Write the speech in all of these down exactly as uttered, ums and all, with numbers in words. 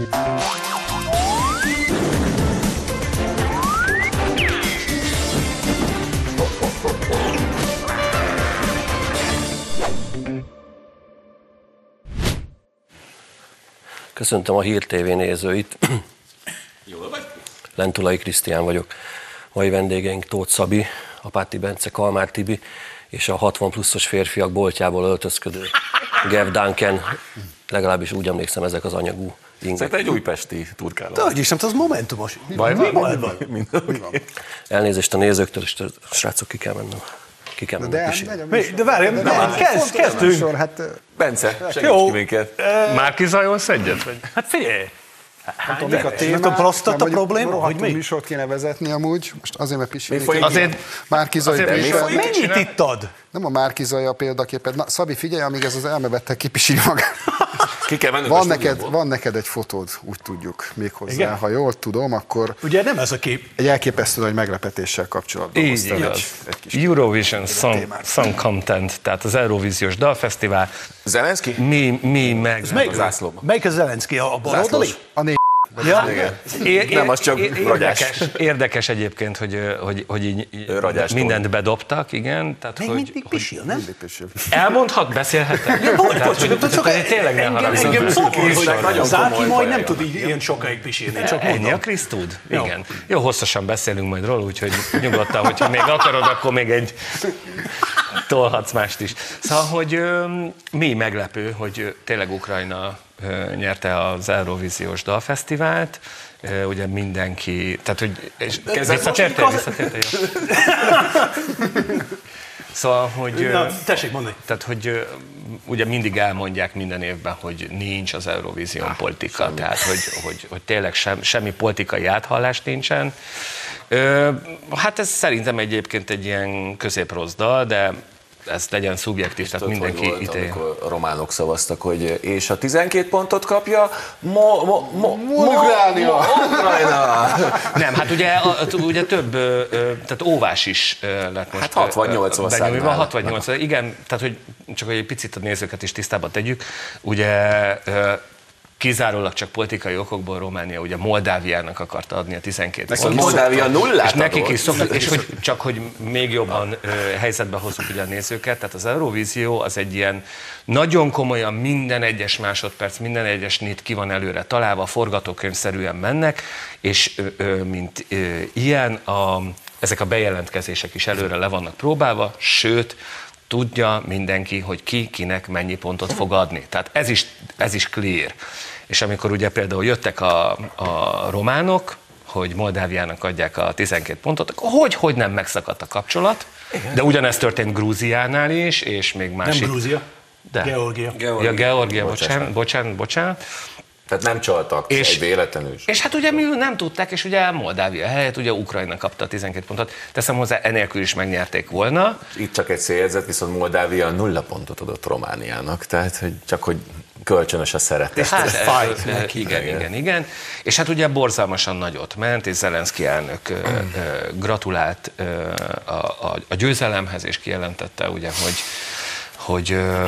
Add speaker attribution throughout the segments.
Speaker 1: Köszöntöm a Hír té vé nézőit.
Speaker 2: Jól vagy?
Speaker 1: Lentulai Krisztián vagyok. Mai vendégeink Tóth Szabi, Apáti Bence, Kalmár Tibi és a hatvan pluszos férfiak boltjából öltözködő Gev Duncan. Legalábbis úgy emlékszem, ezek az anyagú ingek.
Speaker 2: Szerintem egy újpesti turkáló.
Speaker 3: De hogy is nem, az momentumos.
Speaker 2: Baj van?
Speaker 3: Baj van.
Speaker 1: Elnézést a nézőktől, és srácok, ki kell mennem. Ki kell mennem
Speaker 3: De, de várj, kezd, kezdünk.
Speaker 4: Hát,
Speaker 2: Bence, segíts ki minket.
Speaker 5: Márki zajolsz egyet? Vagy?
Speaker 3: Hát figyelj!
Speaker 4: nem tudom, mik a témák,
Speaker 3: a prostata
Speaker 4: mert mondjuk
Speaker 3: probléma,
Speaker 4: rohadtul
Speaker 3: hogy mi?
Speaker 4: műsort kéne vezetni amúgy, most azért, mert pisilni
Speaker 2: folyik?
Speaker 4: kell.
Speaker 5: Azért-
Speaker 4: Márki-Zay
Speaker 5: azért mi
Speaker 4: példa-
Speaker 5: folyik?
Speaker 3: Mennyit ittad?
Speaker 4: Nem a Márki-Zay a példaképed. Na, Szabi, figyelj, amíg ez az elmebeteg kipisili magát.
Speaker 2: Ki kell mennünk
Speaker 4: Van
Speaker 2: a
Speaker 4: neked,
Speaker 2: stúdióból.
Speaker 4: van neked egy fotód, úgy tudjuk méghozzá.
Speaker 3: Igen?
Speaker 4: Ha jól tudom, akkor
Speaker 3: Ugye nem ez a kép.
Speaker 4: egy elképesztő nagy meglepetéssel kapcsolatban
Speaker 5: Így
Speaker 4: hoztál
Speaker 5: igaz.
Speaker 4: egy, egy kis
Speaker 5: Eurovision Song,
Speaker 4: témát.
Speaker 5: Song Content, tehát az Eurovíziós Dalfesztivál.
Speaker 2: Zelenszky?
Speaker 5: Mi, mi meg...
Speaker 3: Melyik,
Speaker 2: zászlóban.
Speaker 3: melyik a Zelenszky? A baloldali?
Speaker 2: Zászlós.
Speaker 4: A né...
Speaker 3: Ja.
Speaker 2: Igen.
Speaker 5: É-
Speaker 2: Nem, az csak
Speaker 5: é-
Speaker 2: ragyás.
Speaker 5: Érdekes, érdekes egyébként, hogy, hogy, hogy így
Speaker 2: Ragyás
Speaker 5: mindent bedobtak, igen. Tehát,
Speaker 3: Még
Speaker 5: hogy,
Speaker 3: mindig
Speaker 5: hogy
Speaker 3: pisil, nem?
Speaker 4: Pisil.
Speaker 5: elmondhat, beszélhetek?
Speaker 3: Hogy,
Speaker 5: Tehát,
Speaker 3: hogy, hogy, csak
Speaker 5: tényleg ne
Speaker 3: engem,
Speaker 5: haragudj.
Speaker 3: engem zavar,
Speaker 2: Nagyon
Speaker 3: hogy az Áki
Speaker 2: komoly
Speaker 3: majd
Speaker 2: baj
Speaker 3: nem
Speaker 2: van.
Speaker 3: tud így ilyen sokáig pisilni, csak
Speaker 5: Ennyi
Speaker 3: mondom.
Speaker 5: a Krisz tud?
Speaker 3: Jó.
Speaker 5: Igen. Jó, hosszasan beszélünk majd róla, úgyhogy nyugodtan, hogyha még akarod, akkor még egy tolhatsz mást is. Szóval, hogy ö, mi meglepő, hogy ö, tényleg Ukrajna ö, nyerte az Eurovíziós Dalfesztivált, ö, ugye mindenki, tehát hogy és visszatértél, visszatértél, jó. Szóval, hogy... ö,
Speaker 3: Na, tessék mondani.
Speaker 5: Tehát, hogy ö, ugye mindig elmondják minden évben, hogy nincs az Eurovízión politika, semmi. Tehát, hogy, hogy, hogy tényleg sem, semmi politikai áthallás nincsen. Ö, hát ez szerintem egyébként egy ilyen középrossz dal, de ez legyen szubjektív, tehát
Speaker 2: Tudod,
Speaker 5: mindenki
Speaker 2: hogy volt,
Speaker 5: ítélje.
Speaker 2: amikor a románok szavaztak, hogy és a tizenkét pontot kapja mo, mo, mo, mo,
Speaker 4: Ukrajna.
Speaker 2: mo, Ukrajna.
Speaker 5: Nem, hát ugye, a, ugye több, ö, ö, tehát óvás is ö, lett most.
Speaker 2: Hát hatvannyolc
Speaker 5: ö,
Speaker 2: országnál.
Speaker 5: benyomva, hatvannyolc, igen, tehát hogy csak hogy egy picit a nézőket is tisztába tegyük, ugye ö, kizárólag csak politikai okokból Románia ugye Moldáviának akarta adni a tizenkét
Speaker 2: Neki
Speaker 5: pontot.
Speaker 2: Moldávia nullát
Speaker 5: És nekik
Speaker 2: adott.
Speaker 5: is szoktak, és hogy csak hogy még jobban ö, helyzetbe hozzuk ugye a nézőket, tehát az Eurovízió az egy ilyen nagyon komolyan minden egyes másodperc, minden egyes nit ki van előre találva, forgatókönyvszerűen mennek, és ö, ö, mint ö, ilyen a, ezek a bejelentkezések is előre le vannak próbálva, sőt, tudja mindenki, hogy ki kinek mennyi pontot fog adni. Tehát ez is, ez is clear. És amikor ugye például jöttek a, a románok, hogy Moldáviának adják a tizenkét pontot, akkor hogy, hogy nem megszakadt a kapcsolat, de ugyanezt történt Grúziánál is, és még másik.
Speaker 3: Nem Grúzia,
Speaker 5: De.
Speaker 3: Georgia.
Speaker 5: Ja, Georgia, bocsánat, bocsánat, bocsánat.
Speaker 2: Tehát nem csaltak,
Speaker 5: És-
Speaker 2: egy véletlenül.
Speaker 5: És hát ugye mi nem tudták, és ugye Moldávia helyett ugye Ukrajna kapta a tizenkét pontot. Teszem hozzá, enélkül is megnyerték volna.
Speaker 2: Itt csak egy széljegyzet, viszont Moldávia nulla pontot adott Romániának, tehát hogy csak hogy kölcsönös a szeretet.
Speaker 5: Hát,
Speaker 3: fight
Speaker 5: ö, ö,
Speaker 3: neki.
Speaker 5: igen, igen, igen. És hát ugye borzalmasan nagyot ment, és Zelenszky elnök ö, ö, gratulált ö, a, a, a győzelemhez, és kijelentette ugye, hogy, hogy ö,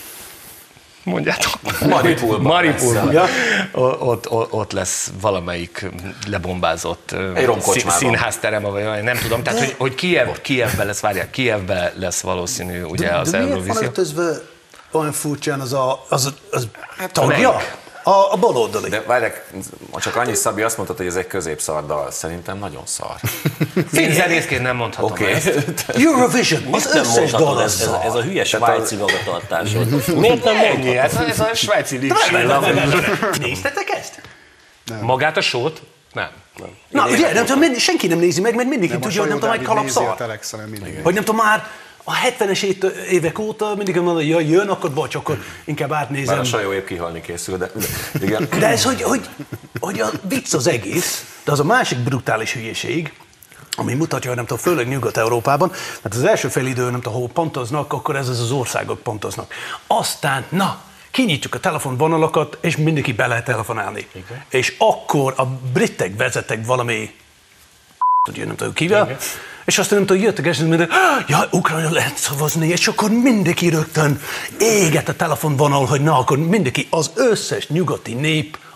Speaker 5: mondjátok.
Speaker 2: Maripulban
Speaker 5: Maripulban.
Speaker 3: lesz.
Speaker 5: O- Ott, ott, ott lesz valamelyik lebombázott ö,
Speaker 2: Egy romkocsmában.
Speaker 5: szí- színházterem, vagy valami, nem tudom. Tehát, hogy, hogy Kijev, Kijevben lesz, várják, Kijevben lesz valószínű ugye
Speaker 3: De,
Speaker 5: az
Speaker 3: de miért van
Speaker 5: Eurovízió.
Speaker 3: öltözve olyan furcsán az a, az, az
Speaker 5: Hát
Speaker 3: tagja?
Speaker 5: melyik?
Speaker 3: A, a baloldali.
Speaker 2: De várják, csak annyi, Szabi azt mondtad, hogy ez egy középszar dal. Szerintem nagyon szar.
Speaker 5: Én zenészként nem mondhatom
Speaker 2: Oké.
Speaker 5: ezt.
Speaker 3: Eurovision, az
Speaker 1: Nem
Speaker 3: összes
Speaker 1: mondhatod,
Speaker 3: dal
Speaker 1: ez, ez,
Speaker 3: az
Speaker 1: ez a hülye svájci magatartás. Miért nem
Speaker 5: Ennyi,
Speaker 1: mondhatod?
Speaker 5: ez a, ez a svájci lipsíl.
Speaker 3: Néztetek ezt?
Speaker 5: Magát a sót? Nem.
Speaker 3: Na, ugye, nem tudom, mind- senki nem nézi meg, mert mindenki tudja, hogy nem tudom, egy
Speaker 4: Nézi a
Speaker 3: kalapszal.
Speaker 4: Telexen, mindig.
Speaker 3: Hogy nem tudom, már a hetvenes évek óta mindig mondom, hogy jaj, jön, akkor bocs, akkor inkább
Speaker 2: Bár
Speaker 3: átnézem.
Speaker 2: a sajó épp kihalni készül, de igen.
Speaker 3: De ez, hogy, hogy, hogy a vicc az egész, de az a másik brutális hülyeség, ami mutatja, hogy nem tudom, főleg Nyugat-Európában, mert az első fél idő, nem tudom, hol pontoznak, akkor ez az, az országok pontoznak. Aztán, na, kinyitjuk a telefonvonalakat, és mindenki be lehet telefonálni. Igen. És akkor a britek vezetek valami, tudja, nem tudom, kivel, és aztán nem tudom, jöttek, és mondták, jaj, Ukrajna lehet szavazni, és akkor mindenki rögtön éget a telefonvonal, hogy na, akkor mindenki, az összes nyugati nép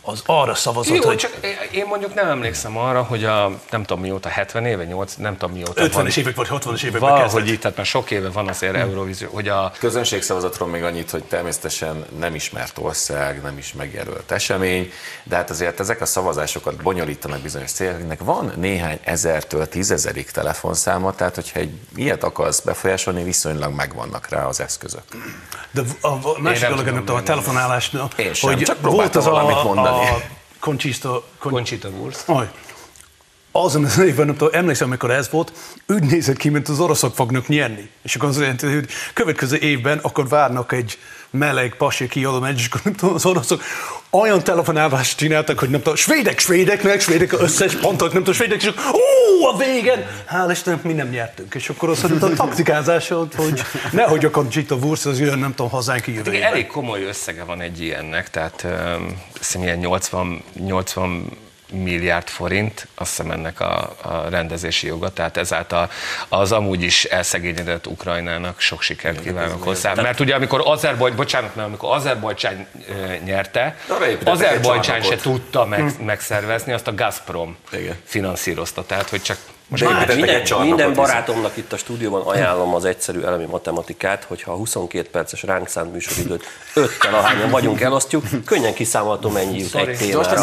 Speaker 3: az arra szavazott,
Speaker 5: Jó,
Speaker 3: hogy...
Speaker 5: csak én mondjuk nem emlékszem arra, hogy a nem tudom mióta, hetven éve, nyolc, nem tudom mióta
Speaker 3: ötvenes évek vagy hatvanas években
Speaker 5: valahogy
Speaker 3: kezdett.
Speaker 5: így, tehát már sok éve van azért hmm. Eurovízió, hogy a...
Speaker 2: Közönségszavazatról még annyit, hogy természetesen nem ismert ország, nem is megjelölt esemény, de hát azért ezek a szavazásokat bonyolítanak bizonyos céloknak. Van néhány ezertől tízezerig telefonszáma, tehát hogyha egy ilyet akarsz befolyásolni, viszonylag megvannak rá az eszközök.
Speaker 3: De a, a másik
Speaker 5: nem
Speaker 3: dolog, nem tudom, a telefonálásnál,
Speaker 2: Én sem,
Speaker 3: hogy
Speaker 2: csak
Speaker 3: volt az
Speaker 2: valamit
Speaker 3: a,
Speaker 2: mondani.
Speaker 3: a Conchista, Con...
Speaker 5: Conchita Wurst.
Speaker 3: Aj, azon az évben, nem tudom, emlékszem, amikor ez volt, úgy nézett ki, mint az oroszok fognak nyerni. És akkor az jelenti, hogy következő évben akkor várnak egy meleg pasi kiadomány, és akkor nem tudom, az oroszok olyan telefonálvást csináltak, hogy nem tudom, svédek, svédeknek, svédek összes pontok, nem tudom, svédek, és akkor ó, a végen, hál' Istennek, mi nem nyertünk. És akkor azt mondta, a taktikázás, hogy nehogy a Conchita Wurst az jön, nem tudom, hazánk jövő évben.
Speaker 5: Elég komoly összege van egy ilyennek, tehát um, ilyen nyolcvan, nyolcvan milliárd forint, azt hiszem ennek a, a rendezési joga, tehát ezáltal az amúgy is elszegényedett Ukrajnának sok sikert kívánok hozzá. Mert ugye amikor Azerbajdzsán, bocsánat, mert amikor Azerbajdzsán nyerte, Azerbajdzsán se tudta meg, megszervezni, azt a Gazprom
Speaker 2: Igen.
Speaker 5: finanszírozta, tehát hogy csak
Speaker 2: Most
Speaker 1: Már minden, minden
Speaker 2: viszont.
Speaker 1: barátomnak itt a stúdióban ajánlom az egyszerű elemi matematikát, hogyha a huszonkét perces ránk szánt műsoridőt öttel ahányan vagyunk elosztjuk, könnyen kiszámolható mennyi jut egy témára.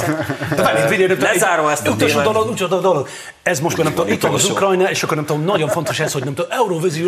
Speaker 1: Lezárom ezt a
Speaker 3: utolsó
Speaker 1: témát.
Speaker 3: dolog, utolsó dolog. Ez most már nem tudom, itt van az Ukrajna, és akkor nem tudom, nagyon fontos ez, hogy nem tudom, Eurovízió,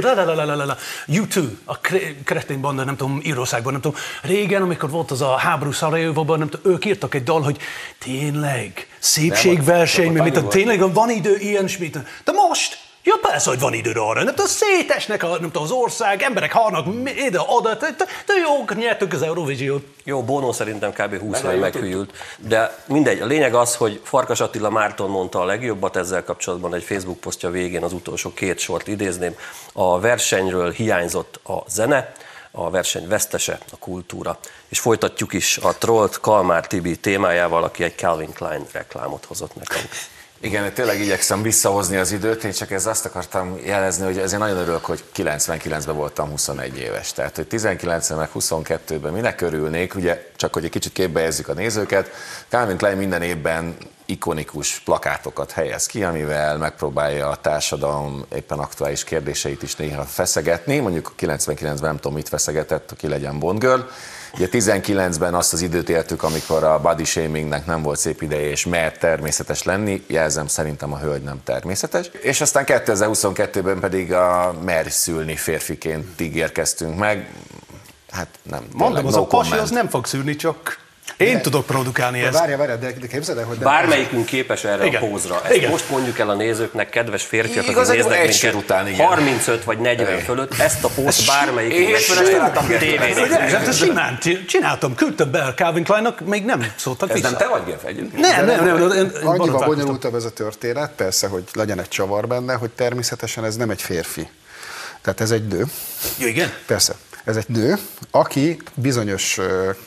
Speaker 3: U kettő, a kretén banda, nem tudom, Írországban, nem tudom. Régen, amikor volt az a háború Szarajevóban, nem tudom, ők írtak egy dal, hogy tényleg, szépségverseny, mert mit, tényleg van idő ilyen, smit. De most, ja persze, hogy van időd arra, nem tudom, szétesnek a, nem tudom, az ország, emberek halnak ide, oda, de, de jó, nyertük az Eurovíziót.
Speaker 1: Jó, Bono szerintem kb. húsz éve meghűlt, de mindegy. A lényeg az, hogy Farkas Attila Márton mondta a legjobbat ezzel kapcsolatban egy Facebook posztja végén, az utolsó két sort idézném. A versenyről hiányzott a zene, a verseny vesztese, a kultúra. És folytatjuk is a trollt Kalmár Tibi témájával, aki egy Calvin Klein reklámot hozott nekünk.
Speaker 2: Igen, tényleg igyekszem visszahozni az időt, én csak ezt azt akartam jelezni, hogy ezért nagyon örülök, hogy kilencvenkilencben voltam huszonegy éves. Tehát, hogy tizenkilencben meg huszonkettőben minek örülnék, ugye csak hogy egy kicsit képbe helyezzük a nézőket. Calvin Klein minden évben ikonikus plakátokat helyez ki, amivel megpróbálja a társadalom éppen aktuális kérdéseit is néha feszegetni. Mondjuk kilencvenkilencben nem tudom, mit feszegetett, ki legyen Bond Girl. Ugye tizenkilencben azt az időt éltük, amikor a body shamingnek nem volt szép ideje, és mert természetes lenni, jelzem, szerintem a hölgy nem természetes. És aztán kétezer-huszonkettőben pedig a mer szülni férfiként ígérkeztünk meg. Hát nem.
Speaker 3: Mondom, az
Speaker 2: no
Speaker 3: a pasi
Speaker 2: comment.
Speaker 3: az nem fog szűrni, csak én de, tudok produkálni ezt.
Speaker 4: Várja, várja, de, de képzeld el, hogy...
Speaker 1: Bármelyikünk képes erre
Speaker 3: igen.
Speaker 1: a pózra. Ezt
Speaker 3: igen.
Speaker 1: most mondjuk el a nézőknek, kedves férfiak,
Speaker 2: Igaz,
Speaker 1: akik néznek
Speaker 2: egy sor
Speaker 1: minket
Speaker 2: után, igen.
Speaker 1: harmincöt vagy negyven
Speaker 2: igen.
Speaker 1: fölött, ezt a pózt bármelyikünk tévén.
Speaker 3: Hát ezt simán csináltam, küldtem be a Calvin Kleinnak, még nem szóltak
Speaker 2: Ez
Speaker 3: vissza.
Speaker 2: nem te vagy, Geff, egyébként?
Speaker 3: Nem, nem, nem. nem
Speaker 4: Annyival bonyolultabb ez a történet, persze, hogy legyen egy csavar benne, hogy természetesen ez nem egy férfi. Tehát ez egy nő.
Speaker 3: Jó, igen?
Speaker 4: Persze. Ez egy nő, aki bizonyos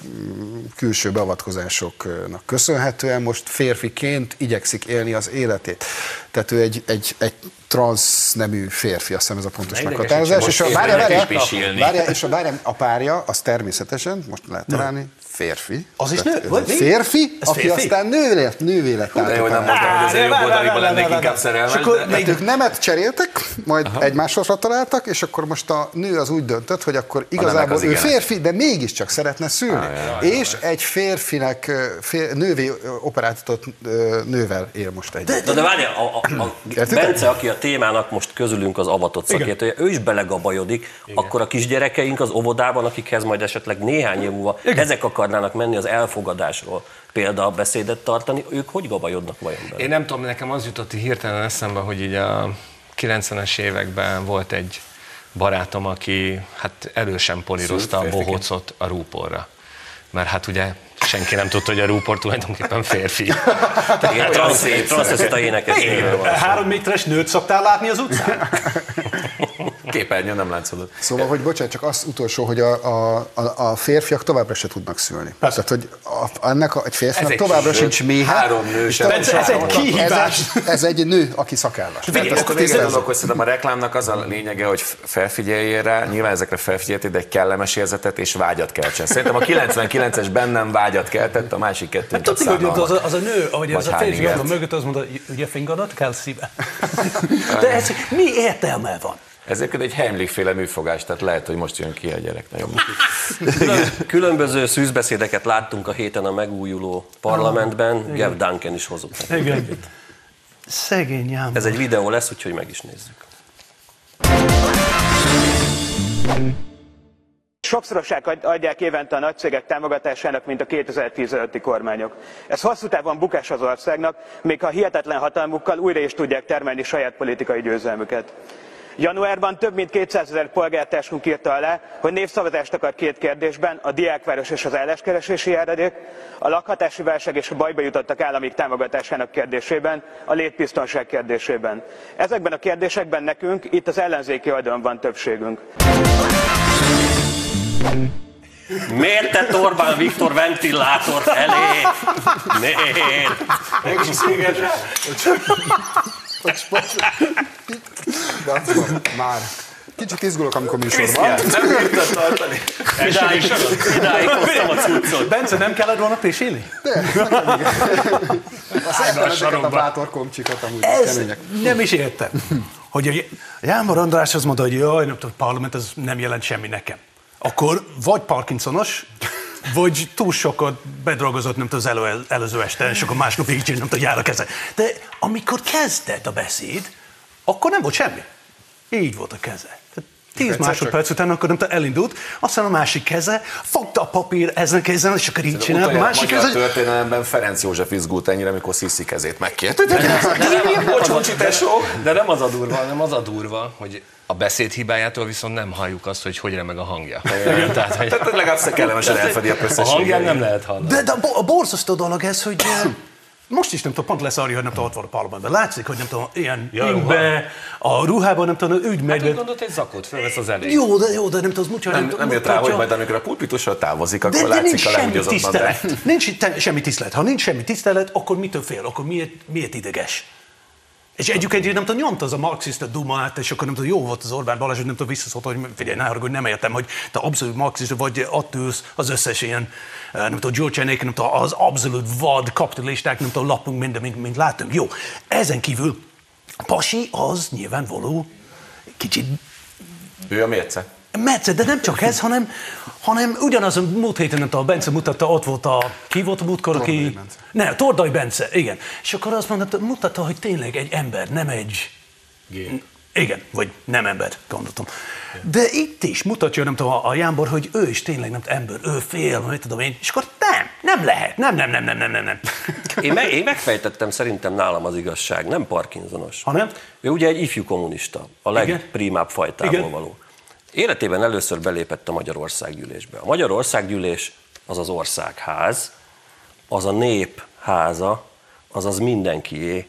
Speaker 4: külső beavatkozásoknak köszönhetően most férfiként igyekszik élni az életét. Tehát ő egy, egy, egy transz nemű férfi, azt hiszem ez a pontos meghatározás. És a, várja, várja, várja, és a, várja, a párja, az természetesen, most lehet találni, férfi.
Speaker 3: Az is nő? Vagy
Speaker 4: férfi,
Speaker 3: ez
Speaker 4: aki
Speaker 3: férfi?
Speaker 4: aztán nővé lett, nővé lett.
Speaker 2: De jó, nem mondtam, hogy azért jobb oldaliban lennék inkább szerelmes.
Speaker 4: Tehát ők nemet cseréltek, majd aha. egymásra találtak, és akkor most a nő az úgy döntött, hogy akkor igazából ő férfi, de mégiscsak szeretne szülni. Ah, jaj, és jaj. egy férfinek, fér, nővé operátított nővel él most egy.
Speaker 1: De, de, de várjál, a, a, a Bence, aki a témának most közülünk az avatott szakértője, ő is belegabajodik, igen. Akkor a kisgyerekeink az óvodában, akikhez majd esetleg néhány év múlva igen. ezek akarnának menni az elfogadásról példabeszédet tartani, ők hogy gabajodnak vajon bele?
Speaker 5: Én nem tudom, nekem az jutott hirtelen eszembe, hogy így a kilencvenes években volt egy barátom, aki hát erősen polírozta a bohócot a rúporra. Mert hát ugye senki nem tudta, hogy a rúpor tulajdonképpen férfi.
Speaker 1: Igen, transzeszita énekesnő.
Speaker 3: Három méteres nőt szoktál látni az utcán?
Speaker 2: Képernyőn nem látszódott.
Speaker 4: Szóval, hogy bocsánat, csak az utolsó, hogy a, a, a férfiak továbbra se tudnak szülni. Tehát, hogy a, ennek a, egy férfinak
Speaker 5: egy
Speaker 4: továbbra
Speaker 5: kis-
Speaker 4: sincs méhe.
Speaker 2: Három nő sem.
Speaker 3: Ez, ez egy kihívás.
Speaker 4: Ez egy, ez egy nő, aki szakállas.
Speaker 2: Tehát
Speaker 4: Tehát
Speaker 2: akkor még gondolok, hogy szerintem a reklámnak az a lényege, hogy felfigyeljél rá, nyilván ezekre felfigyeltél, de egy kellemes érzetet és vágyat keltsen. Szerintem a kilencvenkilences bennem vágyat keltett, a másik kettő.
Speaker 3: Hát tudni, hogy az a, az a nő, ahogy
Speaker 2: Vagy
Speaker 3: ez a
Speaker 2: hány
Speaker 3: férfi
Speaker 2: ingert?
Speaker 3: van mögött, az mondta, ugye fingadat kell szíve. De ez mi értelme van?
Speaker 2: Ezért egy Heimlich-féle műfogás, tehát lehet, hogy most jön ki a gyerek. Nagyon.
Speaker 1: Külön- Különböző szűzbeszédeket láttunk a héten a megújuló parlamentben, Gev Duncan is hozott. nekünk.
Speaker 3: Igen. Szegény ám.
Speaker 1: Ez egy videó lesz, úgyhogy meg is nézzük.
Speaker 6: Sokszorosák adják évente a nagycégek támogatásának, mint a kétezer-tíz előtti kormányok. Ez hosszú távon bukás az országnak, még ha hihetetlen hatalmukkal újra is tudják termelni saját politikai győzelmüket. Januárban több mint kétszázezer polgártársunk írta alá, hogy népszavazást akar két kérdésben, a diákváros és az álláskeresési járadék, a lakhatási válság és a bajba jutottak államik támogatásának kérdésében, a létbiztonság kérdésében. Ezekben a kérdésekben nekünk, itt az ellenzéki oldalon van többségünk.
Speaker 1: Miért tett Orbán Viktor ventilátort elé? Miért?
Speaker 4: Bocs, bocs. Már. Kicsit izgulok, amikor műsor van.
Speaker 1: Idáig, idáig hoztam a cuccot.
Speaker 3: Bence, nem kellett volna pésélni?
Speaker 4: Szeretem ezeket a bátor komcsikat, amúgy
Speaker 3: Ez
Speaker 4: kemények.
Speaker 3: nem is értem. Hogy a Jámbor András azt mondta, hogy jaj, nem tudom, a parlament ez nem jelent semmi nekem. Akkor vagy Parkinsonos, vagy túl sokat bedolgozott, nem tudom, az elő, előző este, és akkor másnap így nem tudom, jár a keze. De amikor kezdett a beszéd, akkor nem volt semmi. Így volt a keze. Tíz másodperc után akkor nem tudom, elindult, aztán a másik keze, fogta a papír ezen kezen, és akkor így csinál, a
Speaker 2: Utoljára
Speaker 3: másik
Speaker 2: magyar
Speaker 3: keze.
Speaker 2: történelemben Ferenc József izgult ennyire, amikor Sziszi kezét megkért.
Speaker 5: De nem az a durva, hanem az a durva, hogy a beszéd hibájától viszont nem halljuk azt, hogy hogy remeg a hangja. Tehát, hogy
Speaker 2: Tehát legalább kellemesen elfedi a
Speaker 5: a
Speaker 2: összességet.
Speaker 5: hangján nem lehet hallani.
Speaker 3: De, de a, bo- a borzasztó dolog ez, hogy eh, most is nem tudom, pont lesz arra, hogy nem tudom, ott van a parlamentben. Látszik, hogy nem tudom, ilyen
Speaker 5: Ja,
Speaker 3: ingbe, a ruhában nem tudom, ügy
Speaker 5: Hát
Speaker 3: megy.
Speaker 5: úgy gondolt, egy zakot fölvesz az elég.
Speaker 3: Jó, de jó, de nem tudom, az mutatja.
Speaker 2: Nem, nem jött rá, hogy majd amikor a pulpitusról távozik, akkor
Speaker 3: de, de nincs
Speaker 2: látszik a
Speaker 3: semmi
Speaker 2: lehúgyozott
Speaker 3: tisztelet.
Speaker 2: nadrág.
Speaker 3: Nincs itt semmi tisztelet. Ha nincs semmi tisztelet, akkor mitől fél? Akkor miért, miért ideges? És egyébként nem tudom, nyomta az a marxista dumát, és akkor nem tudom, jó volt az Orbán Balázs, hogy nem tudom, visszaszólt, hogy figyelj, ne haragudj, nem értem, hogy te abszolút marxista vagy, ott ülsz az összes ilyen, nem tudom, Gyurcsányék, nem tudom, az abszolút vad kapitalisták, nem tudom, lapunk minden, mint, mint látunk. Jó, ezen kívül Pasi az nyilvánvaló kicsit
Speaker 2: Ő a mérce.
Speaker 3: Metsze, de nem csak ez, hanem, hanem ugyanaz a múlt héten, nem tudom, a Bence mutatta, ott volt a, ki volt a múltkor, aki...
Speaker 4: Bence.
Speaker 3: Ne, Tordai Bence, igen. És akkor azt mondta, mutatta, hogy tényleg egy ember, nem egy...
Speaker 5: Gép.
Speaker 3: Igen, vagy nem ember, gondoltam. De itt is mutatja, nem tudom, a Jámbor, hogy ő is tényleg nem ember, ő fél, mit tudom én, és akkor nem, nem lehet, nem, nem, nem, nem, nem, nem, nem.
Speaker 1: Én, me- én megfejtettem, szerintem nálam az igazság, nem Parkinsonos.
Speaker 3: Ha nem?
Speaker 1: Ő ugye egy ifjú kommunista, a
Speaker 3: Igen.
Speaker 1: legprimább fajtából
Speaker 3: Igen.
Speaker 1: való. Életében először belépett a Magyar Országgyűlésbe. A Magyar Országgyűlés az az országház, az a nép háza, az az mindenkié,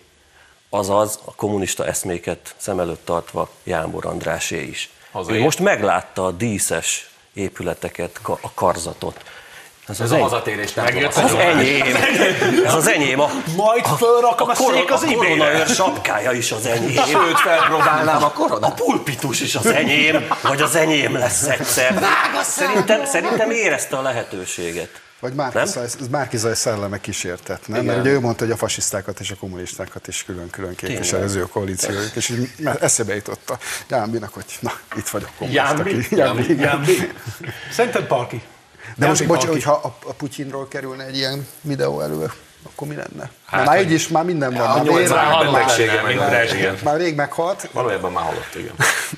Speaker 1: azaz a kommunista eszméket szem előtt tartva Jámbor Andrásé is. Ő most meglátta a díszes épületeket, ka- a karzatot. Ez
Speaker 2: Ez
Speaker 1: az,
Speaker 2: a
Speaker 1: eny-
Speaker 2: hazatérés nem
Speaker 5: Megjött
Speaker 2: tudom.
Speaker 1: az enyém. Ez az enyém. A,
Speaker 3: Majd fölrakom a,
Speaker 1: koron-
Speaker 3: szék az
Speaker 1: a
Speaker 3: ibére.
Speaker 1: koronaőr sapkája is az enyém.
Speaker 2: Sőt, felpróbálnám a
Speaker 1: A
Speaker 2: koronát.
Speaker 1: pulpitus is az enyém, vagy az enyém lesz egyszer. Szerintem, szerintem érezte a lehetőséget.
Speaker 4: Vagy
Speaker 1: Nem?
Speaker 4: Márki-Zay szelleme kísértett, nem? Mert ugye ő mondta, hogy a fasisztákat és a kommunistákat is külön-külön képvisel az ő koalíciójuk, és így eszébe jutott a Jámbinak, hogy na, itt vagyok.
Speaker 3: Jámbi?
Speaker 4: Jámbi.
Speaker 3: Jámbi. Szerintem Parki.
Speaker 4: De most,
Speaker 3: Jámbi
Speaker 4: bocs,
Speaker 3: Parki.
Speaker 4: hogyha a, a Putyinról kerülne egy ilyen videó elő, akkor mi lenne? Hát, már így is, már minden van.
Speaker 2: A
Speaker 4: Már
Speaker 2: nyolc
Speaker 4: rég-
Speaker 2: év betegsége meg
Speaker 5: mint
Speaker 2: a
Speaker 5: Brezsnyev.
Speaker 4: Már rég meghalt.
Speaker 2: Valójában már halott, igen.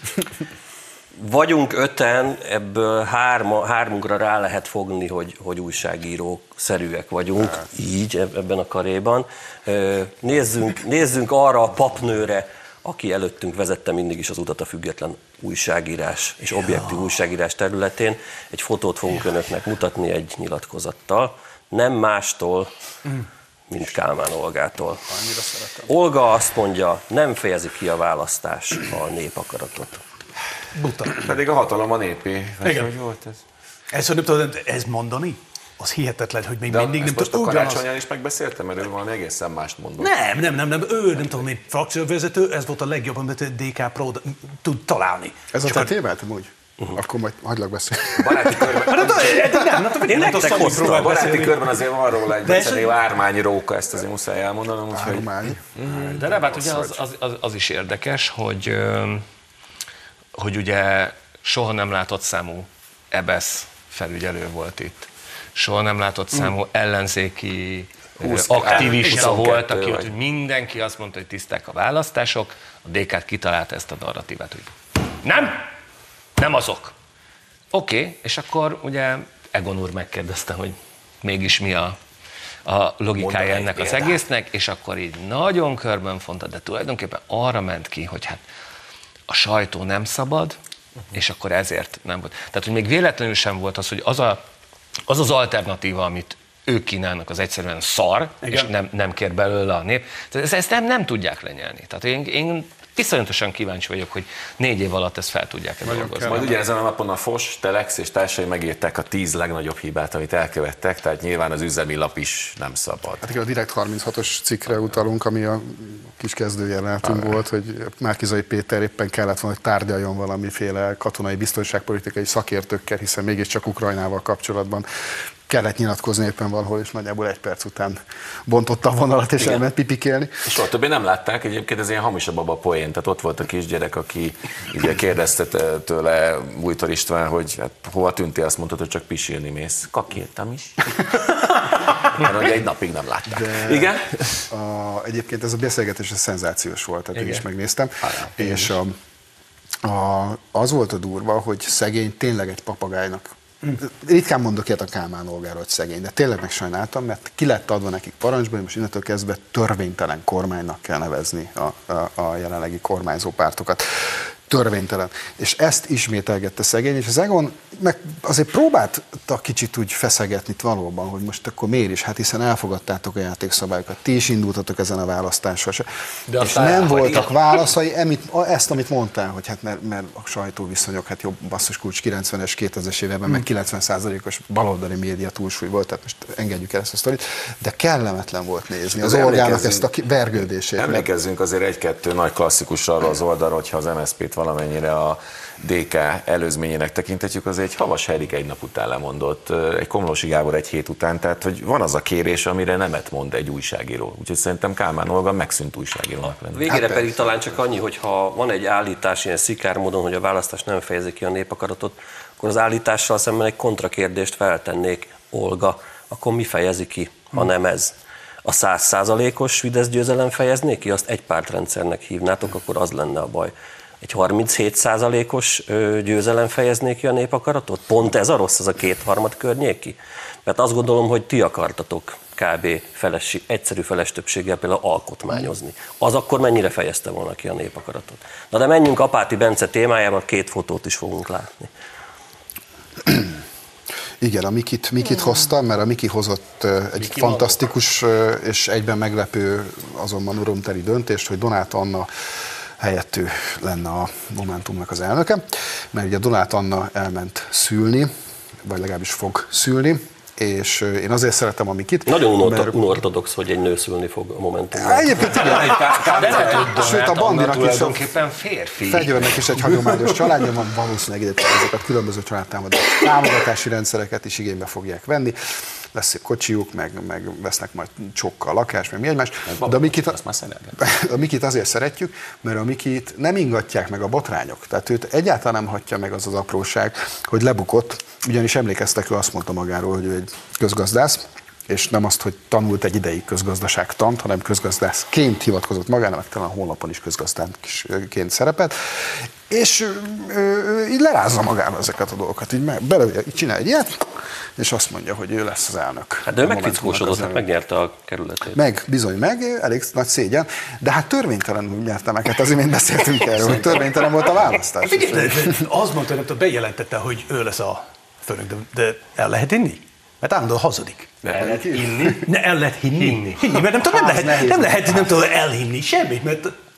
Speaker 1: Vagyunk öten, ebből hárma, hármunkra rá lehet fogni, hogy, hogy újságírók szerűek vagyunk, így eb- ebben a karéban. Ö, Nézzünk, nézzünk arra a papnőre, aki előttünk vezette mindig is az utat a független újságírás és objektív újságírás területén. Egy fotót fogunk önöknek mutatni egy nyilatkozattal, nem mástól, mint Kálmán Olgától. Olga azt mondja, nem fejezi ki a választás a népakaratot.
Speaker 3: Buta.
Speaker 2: Pedig a hatalom a népé. Vagy
Speaker 3: Igen.
Speaker 2: hogy volt ez?
Speaker 3: Ez, hogy nem tudom, ez mondani? Az hihetetlen, hogy még
Speaker 2: De
Speaker 3: mindig nem
Speaker 2: ezt most a
Speaker 3: tudom. ugyanaz-
Speaker 2: Karácsonyán is megbeszéltem, mert ő valami egészen mást mondott.
Speaker 3: Nem, nem, nem, nem, ő nem tudom, én frakcióvezető, ez volt a legjobb, amit a dé ká Pro tud találni.
Speaker 4: Ez a
Speaker 3: Csak
Speaker 4: te
Speaker 3: a-
Speaker 4: témád, amúgy? Uh-huh. Akkor majd hagylak beszélni.
Speaker 2: Baráti körben,
Speaker 3: Hát, nem, nem, nem, nem,
Speaker 1: Én
Speaker 3: nem,
Speaker 1: nektek
Speaker 3: nem,
Speaker 1: hoztam.
Speaker 3: próbál
Speaker 2: baráti
Speaker 3: beszélni.
Speaker 2: körben azért van róla egy
Speaker 3: De ez-
Speaker 2: becenő Ármányi Róka, ezt azért muszáj elmondanom, úgyhogy...
Speaker 4: Ármány.
Speaker 5: De Rebát ugye az, az, az, az is érdekes, hogy, ö, hogy ugye soha nem látott számú EBESZ felügyelő volt itt. Soha nem látott számú ellenzéki ö,
Speaker 2: húsz
Speaker 5: aktivista
Speaker 2: igen,
Speaker 5: volt,
Speaker 2: huszonkettő
Speaker 5: aki ott,
Speaker 2: vagy.
Speaker 5: hogy mindenki azt mondta, hogy tiszták a választások, a dé ká kitalálta ezt a narratívát, hogy nem, nem azok. Oké, okay, és akkor ugye Egon úr megkérdezte, hogy mégis mi a, a logikája
Speaker 2: Mondd
Speaker 5: ennek
Speaker 2: egy
Speaker 5: az
Speaker 2: példát.
Speaker 5: egésznek, és akkor így nagyon körben fonta, de tulajdonképpen arra ment ki, hogy hát a sajtó nem szabad, és akkor ezért nem volt. Tehát, hogy még véletlenül sem volt az, hogy az a, az, az alternatíva, amit ők kínálnak, az egyszerűen szar,
Speaker 3: Igen.
Speaker 5: és nem, nem kér belőle a nép. Tehát ezt, ezt nem, nem tudják lenyelni. Tehát én, én iszonyatosan kíváncsi vagyok, hogy négy év alatt ezt fel tudják-e dolgozni.
Speaker 2: Majd ugyanezen a napon a Fos, Telex és társai megírták a tíz legnagyobb hibát, amit elkövettek, tehát nyilván az üzemi lap is nem szabad.
Speaker 4: Hát igen, a Direkt harminchatos cikkre utalunk, ami a kis kezdőjelenetunk volt, hogy Márki-Zay Péter éppen kellett volna, hogy tárgyaljon valamiféle katonai biztonságpolitikai szakértőkkel, hiszen mégiscsak Ukrajnával kapcsolatban kellett nyilatkozni éppen valahol, és nagyjából egy perc után bontotta a vonalat, és
Speaker 2: Igen.
Speaker 4: elment pipikélni.
Speaker 2: És soha többé nem látták, egyébként ez ilyen hamis a baba poén, tehát ott volt a kisgyerek, aki ugye kérdezte tőle Bújtor István, hogy hát, hova tűntél, azt mondtad, hogy csak pisilni mész. Kakírtam is. Mert ugye egy napig nem látták.
Speaker 4: De
Speaker 2: Igen?
Speaker 4: A, egyébként ez a beszélgetés ez szenzációs volt, tehát én is megnéztem. És a, a, az volt a durva, hogy szegény tényleg egy papagájnak. Ritkán mondok ilyet a Kálmán Olgáról, hogy szegény, de tényleg megsajnáltam, mert ki lett adva nekik parancsba, hogy most innentől kezdve törvénytelen kormánynak kell nevezni a, a, a jelenlegi kormányzó pártokat. Törvénytelen. És ezt ismételgette szegény, és az Egon meg azért próbálta kicsit úgy feszegetni itt valóban, hogy most akkor miért is, hát hiszen elfogadtátok a játékszabályokat, ti is indultatok ezen a választással.
Speaker 5: De
Speaker 4: és
Speaker 5: aztán
Speaker 4: nem
Speaker 5: elhagyja.
Speaker 4: voltak válaszai, emit, ezt, amit mondtál, hogy hát mert, mert a sajtóviszonyok, hát jobb basszus kulcs kilencvenes, kétezres években, meg kilencven százalékos baloldali média túlsúly volt, tehát most engedjük el ezt a sztorit, de kellemetlen volt nézni az
Speaker 2: De
Speaker 4: Olgának
Speaker 2: emlékezzünk-
Speaker 4: ezt a ki- vergődését. mert-
Speaker 2: Emlékezzünk azért egy-kettő nagy klasszikusra arra az oldalra, hogyha az em es zé pét valamennyire a dé ká előzményének tekintetjük, az egy Havas Henrik egy nap után lemondott, egy Komlósi Gábor egy hét után, tehát hogy van az a kérés, amire nemet mond egy újságíró. Úgyhogy szerintem Kálmán Olga megszűnt újságírónak lenni.
Speaker 1: Végére
Speaker 4: Hát
Speaker 1: pedig talán csak annyi, hogy ha van egy állítás ilyen szikár módon, hogy a választás nem fejezi ki a népakaratot, akkor az állítással szemben egy kontrakérdést feltennék, Olga, akkor mi fejezi ki, ha nem ez? A száz százalékos Fidesz győzelem fejezné ki, azt egy pártrendszernek hívnátok, akkor az lenne a baj. Egy harminchét százalékos győzelem fejezné ki a népakaratot? Pont ez a rossz, az a kétharmad környéki? Mert azt gondolom, hogy ti akartatok kb. Felesi, egyszerű feles többséggel például alkotmányozni. Az akkor mennyire fejezte volna ki a népakaratot? Na de menjünk Apáti Bence témájában, két fotót is fogunk látni.
Speaker 4: Igen, a Mikit, Mikit hoztam, mert a Miki hozott ö, egy
Speaker 5: Miki
Speaker 4: fantasztikus ö, és egyben meglepő, azonban uromteli döntést, hogy Donát Anna helyett ő lenne a Momentumnak az elnöke, mert ugye Donát Anna elment szülni, vagy legalábbis fog szülni, és ö, én azért szeretem a Mikit.
Speaker 1: Nagyon unorto-
Speaker 4: mert-
Speaker 1: unortodox, hogy egy nő szülni fog a Momentumban.
Speaker 4: Egyébként igen, sőt a Bandinak is, a
Speaker 5: tulajdonképpen férfi.
Speaker 4: Fegyőrnek is egy hagyományos családja van, valószínűleg ide ezeket különböző családtámogatási támogatási rendszereket is igénybe fogják venni. Lesz egy kocsiuk, meg, meg vesznek majd csokkal lakást, meg mi egymás. De a Mikit,
Speaker 2: Azt már szeretem.
Speaker 4: a Mikit azért szeretjük, mert a Mikit nem ingatják meg a botrányok. Tehát őt egyáltalán nem hagyja meg az az apróság, hogy lebukott, ugyanis emlékeztek, ő azt mondta magáról, hogy ő egy közgazdász, és nem azt, hogy tanult egy ideig közgazdaságtant, hanem közgazdászként hivatkozott magára, meg talán a honlapon is közgazdászként szerepelt, és ő, ő, ő így lerázza magára ezeket a dolgokat, így, meg, bele, így csinál egy ilyet, és azt mondja, hogy ő lesz az elnök.
Speaker 1: Hát de ő
Speaker 4: A Momentumnak
Speaker 1: megfickósodott,
Speaker 4: az
Speaker 1: hát
Speaker 4: elnök.
Speaker 1: megnyerte a kerületét.
Speaker 4: Meg, bizony meg, elég nagy szégyen, de hát törvénytelenül nyerte meg, hát az imént beszéltünk erről, hogy törvénytelen volt a választás.
Speaker 3: Figyelj, de, de azt mondta, hogy bejelentette, hogy ő lesz a főnök, de, de el lehet inni? Mert állandóan hazudik.
Speaker 5: El lehet inni.
Speaker 3: Ne, el lehet hinni.
Speaker 5: Hinni.
Speaker 3: hinni. Mert nem tudom, nem
Speaker 4: Az
Speaker 3: lehet,
Speaker 4: nehéz.
Speaker 3: nem lehet, nem tudom elhinni semmit, mert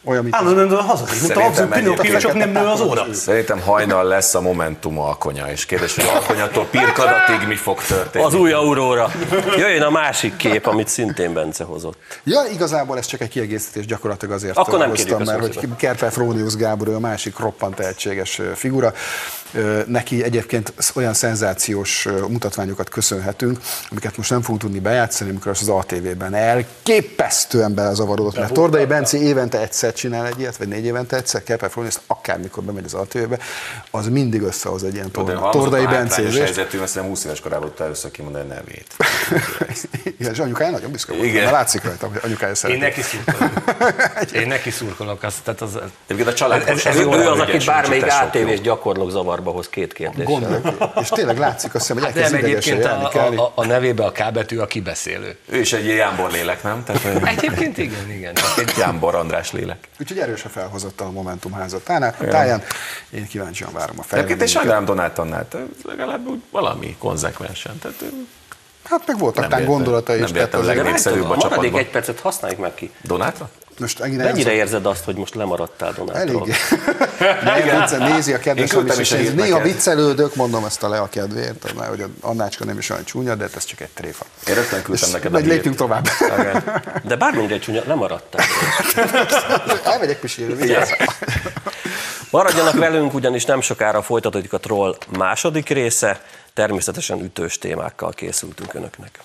Speaker 4: Olyan, mint
Speaker 3: Állandóan hazadik, mint a Habsburg Pinocchio, csak nem nő az óra.
Speaker 2: Szerintem hajnal lesz a Momentum alkonya, és kérdés, hogy alkonyatól Pirkadatig mi fog történni.
Speaker 1: Az új auróra. Jöjjön a másik kép, amit szintén Bence hozott.
Speaker 4: Ja, igazából ez csak egy kiegészítés, gyakorlatilag azért
Speaker 1: Akkor nem
Speaker 4: hoztam,
Speaker 1: kérjük,
Speaker 4: mert hogy
Speaker 1: szépen.
Speaker 4: Kerpel Frónius Gábor, ő a másik roppant tehetséges figura. Neki egyébként olyan szenzációs mutatványokat köszönhetünk, amiket most nem fogunk tudni bejátszani, amikor az á té vében elképesztően belezavarodott, mert Tordai Bence évente egyszer csinál egy ilyet, vagy négy évente egyszer, Kerpel Frónius akármikor bemegy az á té vébe, az mindig összehoz egy ilyen Tordai, Tordai Bence
Speaker 2: és helyzetű, mert szerintem húsz éves korában tudta először kimondani a nevét.
Speaker 4: Igen, és anyukája nagyon büszke volt,
Speaker 2: Igen.
Speaker 4: mert látszik rajta, hogy anyukája
Speaker 5: Én
Speaker 4: szereti.
Speaker 5: neki szurkolok. Én neki szurkolok. Azt, tehát az,
Speaker 2: Egyébként a család
Speaker 1: Ez, ez ő az, akit bármelyik á té vés gyakornok zavarba hoz két kérdéssel.
Speaker 4: Gondolj, és tényleg látszik, azt hiszem, hogy
Speaker 5: nem,
Speaker 4: elkezd idegesen
Speaker 5: egyébként
Speaker 4: járni
Speaker 5: a,
Speaker 4: kell.
Speaker 5: a, a, a nevébe a K betű a kibeszélő.
Speaker 2: Ő is egy ilyen Jámbor lélek, nem? Tehát,
Speaker 5: Egyébként igen, igen.
Speaker 2: egy Jámbor András lélek.
Speaker 4: Úgyhogy erősen felhozott a Momentum házat táján. Én kíváncsian várom a
Speaker 2: Egyébként én
Speaker 4: fejleményeket.
Speaker 2: sajnálom Donát Annát, legalább úgy valami konzekvensen. Tehát,
Speaker 4: Hát meg voltak
Speaker 2: Nem
Speaker 4: tán
Speaker 2: véletlen-
Speaker 4: gondolatai
Speaker 2: nem
Speaker 4: is. Tehát
Speaker 2: véletlen
Speaker 4: azért-
Speaker 2: legnépszerűbb a
Speaker 1: Maradék
Speaker 2: csapatban.
Speaker 1: egy percet, használjuk meg ki.
Speaker 2: Donátra?
Speaker 4: Most megint
Speaker 1: Mennyire
Speaker 4: elszok-
Speaker 1: érzed azt, hogy most lemaradtál Donátról?
Speaker 4: Elég. Nem, vicce, nézi a
Speaker 2: Én
Speaker 4: kedves
Speaker 2: küldtem
Speaker 4: Amis,
Speaker 2: is
Speaker 4: és
Speaker 2: egy
Speaker 4: én
Speaker 2: hírt
Speaker 4: néha
Speaker 2: neked.
Speaker 4: viccelődök, mondom ezt a le a kedvéért, mert hogy a Annácska nem is olyan csúnya, de hát ez csak egy tréfa.
Speaker 2: Én rögtön küldtem
Speaker 4: És
Speaker 2: neked a
Speaker 4: Meg
Speaker 2: hírt.
Speaker 4: lépjünk tovább.
Speaker 1: De bár mindegy csúnya, lemaradtál.
Speaker 4: Elmegyek pisilni, vigyázz.
Speaker 1: Maradjanak velünk, ugyanis nem sokára folytatódik a Troll második része, természetesen ütős témákkal készültünk önöknek.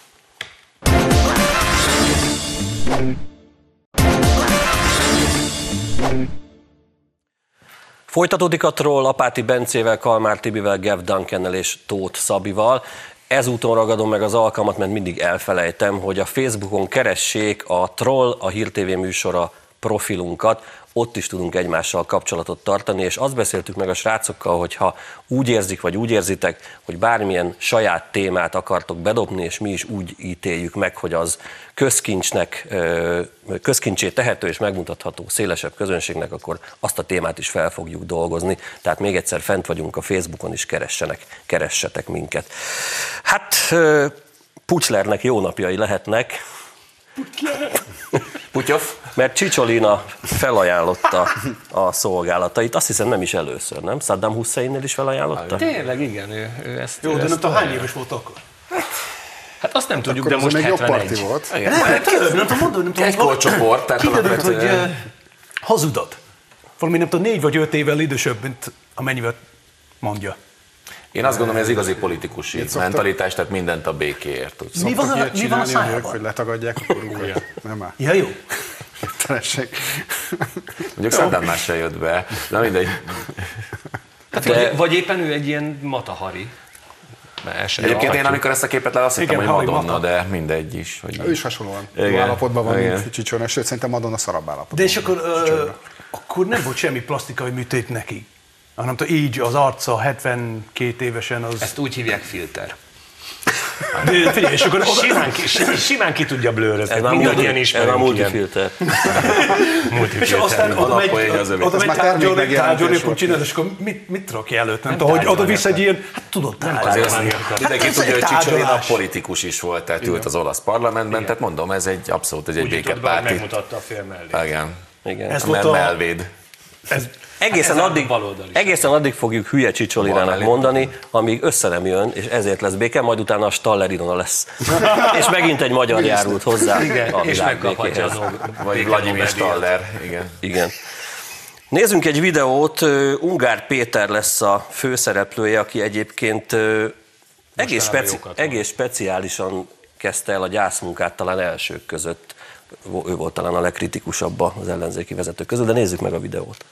Speaker 1: Folytatódik a Troll Apáti Bencével, Kalmár Tibivel, Gev Duncannel és Tóth Szabival. Ezúton ragadom meg az alkalmat, mert mindig elfelejtem, hogy a Facebookon keressék a Troll, a Hír té vé műsora profilunkat, ott is tudunk egymással kapcsolatot tartani, és azt beszéltük meg a srácokkal, hogy ha úgy érzik, vagy úgy érzitek, hogy bármilyen saját témát akartok bedobni, és mi is úgy ítéljük meg, hogy az közkincsnek, közkincsé tehető és megmutatható szélesebb közönségnek, akkor azt a témát is fel fogjuk dolgozni. Tehát még egyszer fent vagyunk a Facebookon is, keressenek, keressetek minket. Hát Pucslernek jó napjai lehetnek.
Speaker 2: Putyov?
Speaker 1: Mert Csicsolina felajánlotta a szolgálatait, azt hiszem nem is először, nem? Saddam Husseinnél is felajánlotta?
Speaker 5: Tényleg, igen, ő, ő ezt...
Speaker 3: Jó,
Speaker 5: ő
Speaker 3: de
Speaker 5: ezt
Speaker 3: nem tudom, hány éves volt akkor?
Speaker 5: Hát azt nem tudjuk,
Speaker 4: Akkor
Speaker 5: de
Speaker 4: az
Speaker 5: most
Speaker 4: még jobb parti
Speaker 5: hetvenegy.
Speaker 4: volt.
Speaker 3: Nem, több, nem tudom mondani, nem tudom.
Speaker 2: Egy korcsoport, tehát
Speaker 3: Kiderült, hogy
Speaker 2: alapvetően-
Speaker 3: uh, hazudott. Valami nem tudom, négy vagy öt évvel idősebb, mint amennyivel mondja.
Speaker 2: Én azt gondolom, hogy ez igazi politikusi
Speaker 4: szoktak-
Speaker 2: mentalitás, tehát mindent a békéért. Úgy.
Speaker 3: Mi van,
Speaker 4: Szoktak
Speaker 3: a,
Speaker 4: ilyet
Speaker 3: mi van a
Speaker 4: csinálni a nők,
Speaker 3: szájában?
Speaker 4: hogy letagadják a korukat? Nem már.
Speaker 3: Ja, jó.
Speaker 4: Tessék.
Speaker 2: Mondjuk Saddam más se jött be, de mindegy.
Speaker 5: Tehát,
Speaker 1: De-
Speaker 5: vagy, vagy éppen ő egy ilyen matahari. Mert el sem
Speaker 2: Egyébként én
Speaker 5: láthatjuk.
Speaker 2: amikor ezt a képet le, azt hittem,
Speaker 3: Igen,
Speaker 2: hogy
Speaker 3: Harry
Speaker 2: Madonna,
Speaker 3: Mata.
Speaker 2: de mindegy is. Hogy
Speaker 4: Ő is hasonlóan
Speaker 2: Igen.
Speaker 4: jó állapotban van,
Speaker 2: Igen.
Speaker 4: mint Csicsolina, sőt szerintem Madonna szarabb állapotban.
Speaker 3: De és akkor, ö, akkor nem volt semmi plastikai műtét neki. Hanem tudom, így az arca hetvenkét évesen az...
Speaker 5: Ezt úgy hívják filter.
Speaker 3: De figyelj, és akkor oda...
Speaker 5: Simán ki, simán ki tudja blőrözni.
Speaker 1: Ez már
Speaker 5: Mindannyian
Speaker 1: multi- ez
Speaker 5: ismerünk
Speaker 1: már
Speaker 5: ilyen
Speaker 1: multifilter.
Speaker 3: És aztán oda megy,
Speaker 2: Alappoén az övé.
Speaker 3: oda
Speaker 4: Ez
Speaker 3: megy
Speaker 4: már termék
Speaker 3: tárgyalni,
Speaker 4: megjelentés
Speaker 3: tárgyalni,
Speaker 4: volt.
Speaker 3: akkor csinálod, és akkor mit, mit rakj előtt? Nem tudom, hogy oda visz egy ilyen, hát tudod,
Speaker 2: Azért
Speaker 3: tárgyalni.
Speaker 2: mindenki
Speaker 3: ez
Speaker 2: tudja,
Speaker 3: egy
Speaker 2: hogy Csicsolina
Speaker 3: tárgyalás.
Speaker 2: politikus is volt, tehát ült az olasz parlamentben, tehát mondom, ez egy abszolút ez egy
Speaker 5: Úgy jutott be, hogy
Speaker 2: békepárti.
Speaker 5: megmutatta a fél mellé.
Speaker 2: Igen.
Speaker 1: Igen.
Speaker 3: Ez
Speaker 2: A
Speaker 3: volt
Speaker 2: mel-
Speaker 3: a...
Speaker 2: melvéd.
Speaker 3: Ez,
Speaker 1: Egészen
Speaker 5: Ez a
Speaker 1: addig,
Speaker 5: baloldal is.
Speaker 1: egészen addig fogjuk hülye Csicsolinának
Speaker 2: Bal
Speaker 1: mondani, amíg össze nem jön, és ezért lesz béke, majd utána a Staller Ilona lesz. És megint egy magyar járult hozzá
Speaker 5: Igen,
Speaker 1: a
Speaker 5: és
Speaker 1: világ
Speaker 5: megkaphatja a
Speaker 1: békéhez.
Speaker 5: Nobel-
Speaker 2: Vagy
Speaker 5: béke
Speaker 2: Vladimir
Speaker 5: Nobel-díjat.
Speaker 2: Staller. Igen.
Speaker 1: Igen. Nézzünk egy videót, ö, Ungár Péter lesz a főszereplője, aki egyébként ö, egész,
Speaker 5: Mostanában
Speaker 1: speci-
Speaker 5: jókat van.
Speaker 1: egész speciálisan kezdte el a gyászmunkát talán elsők között. Ő volt talán a legkritikusabb az ellenzéki vezetők közül, de nézzük meg a videót.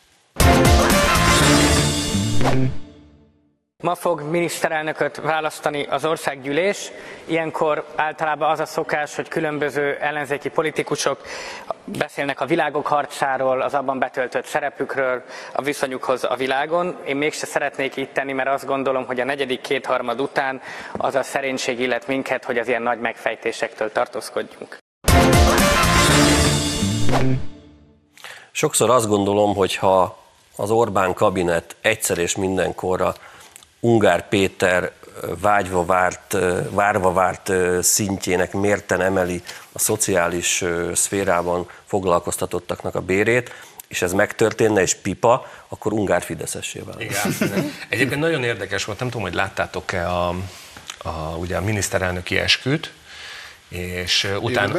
Speaker 7: Ma fog miniszterelnököt választani az országgyűlés. Ilyenkor általában az a szokás, hogy különböző ellenzéki politikusok beszélnek a világok harcáról, az abban betöltött szerepükről, a viszonyukhoz a világon. Én mégse szeretnék így tenni, mert azt gondolom, hogy a negyedik kétharmad után az a szerénység illet minket, hogy az ilyen nagy megfejtésektől tartózkodjunk.
Speaker 1: Sokszor azt gondolom, hogy ha az Orbán kabinet egyszer és mindenkorra Ungár Péter vágyva várt, várva várt szintjének mérten emeli a szociális szférában foglalkoztatottaknak a bérét, és ez megtörténne, és pipa, akkor ungár fideszessé válna.
Speaker 5: Igen. Egyébként nagyon érdekes volt, nem tudom, hogy láttátok-e a, a, ugye a miniszterelnöki esküt, és utána...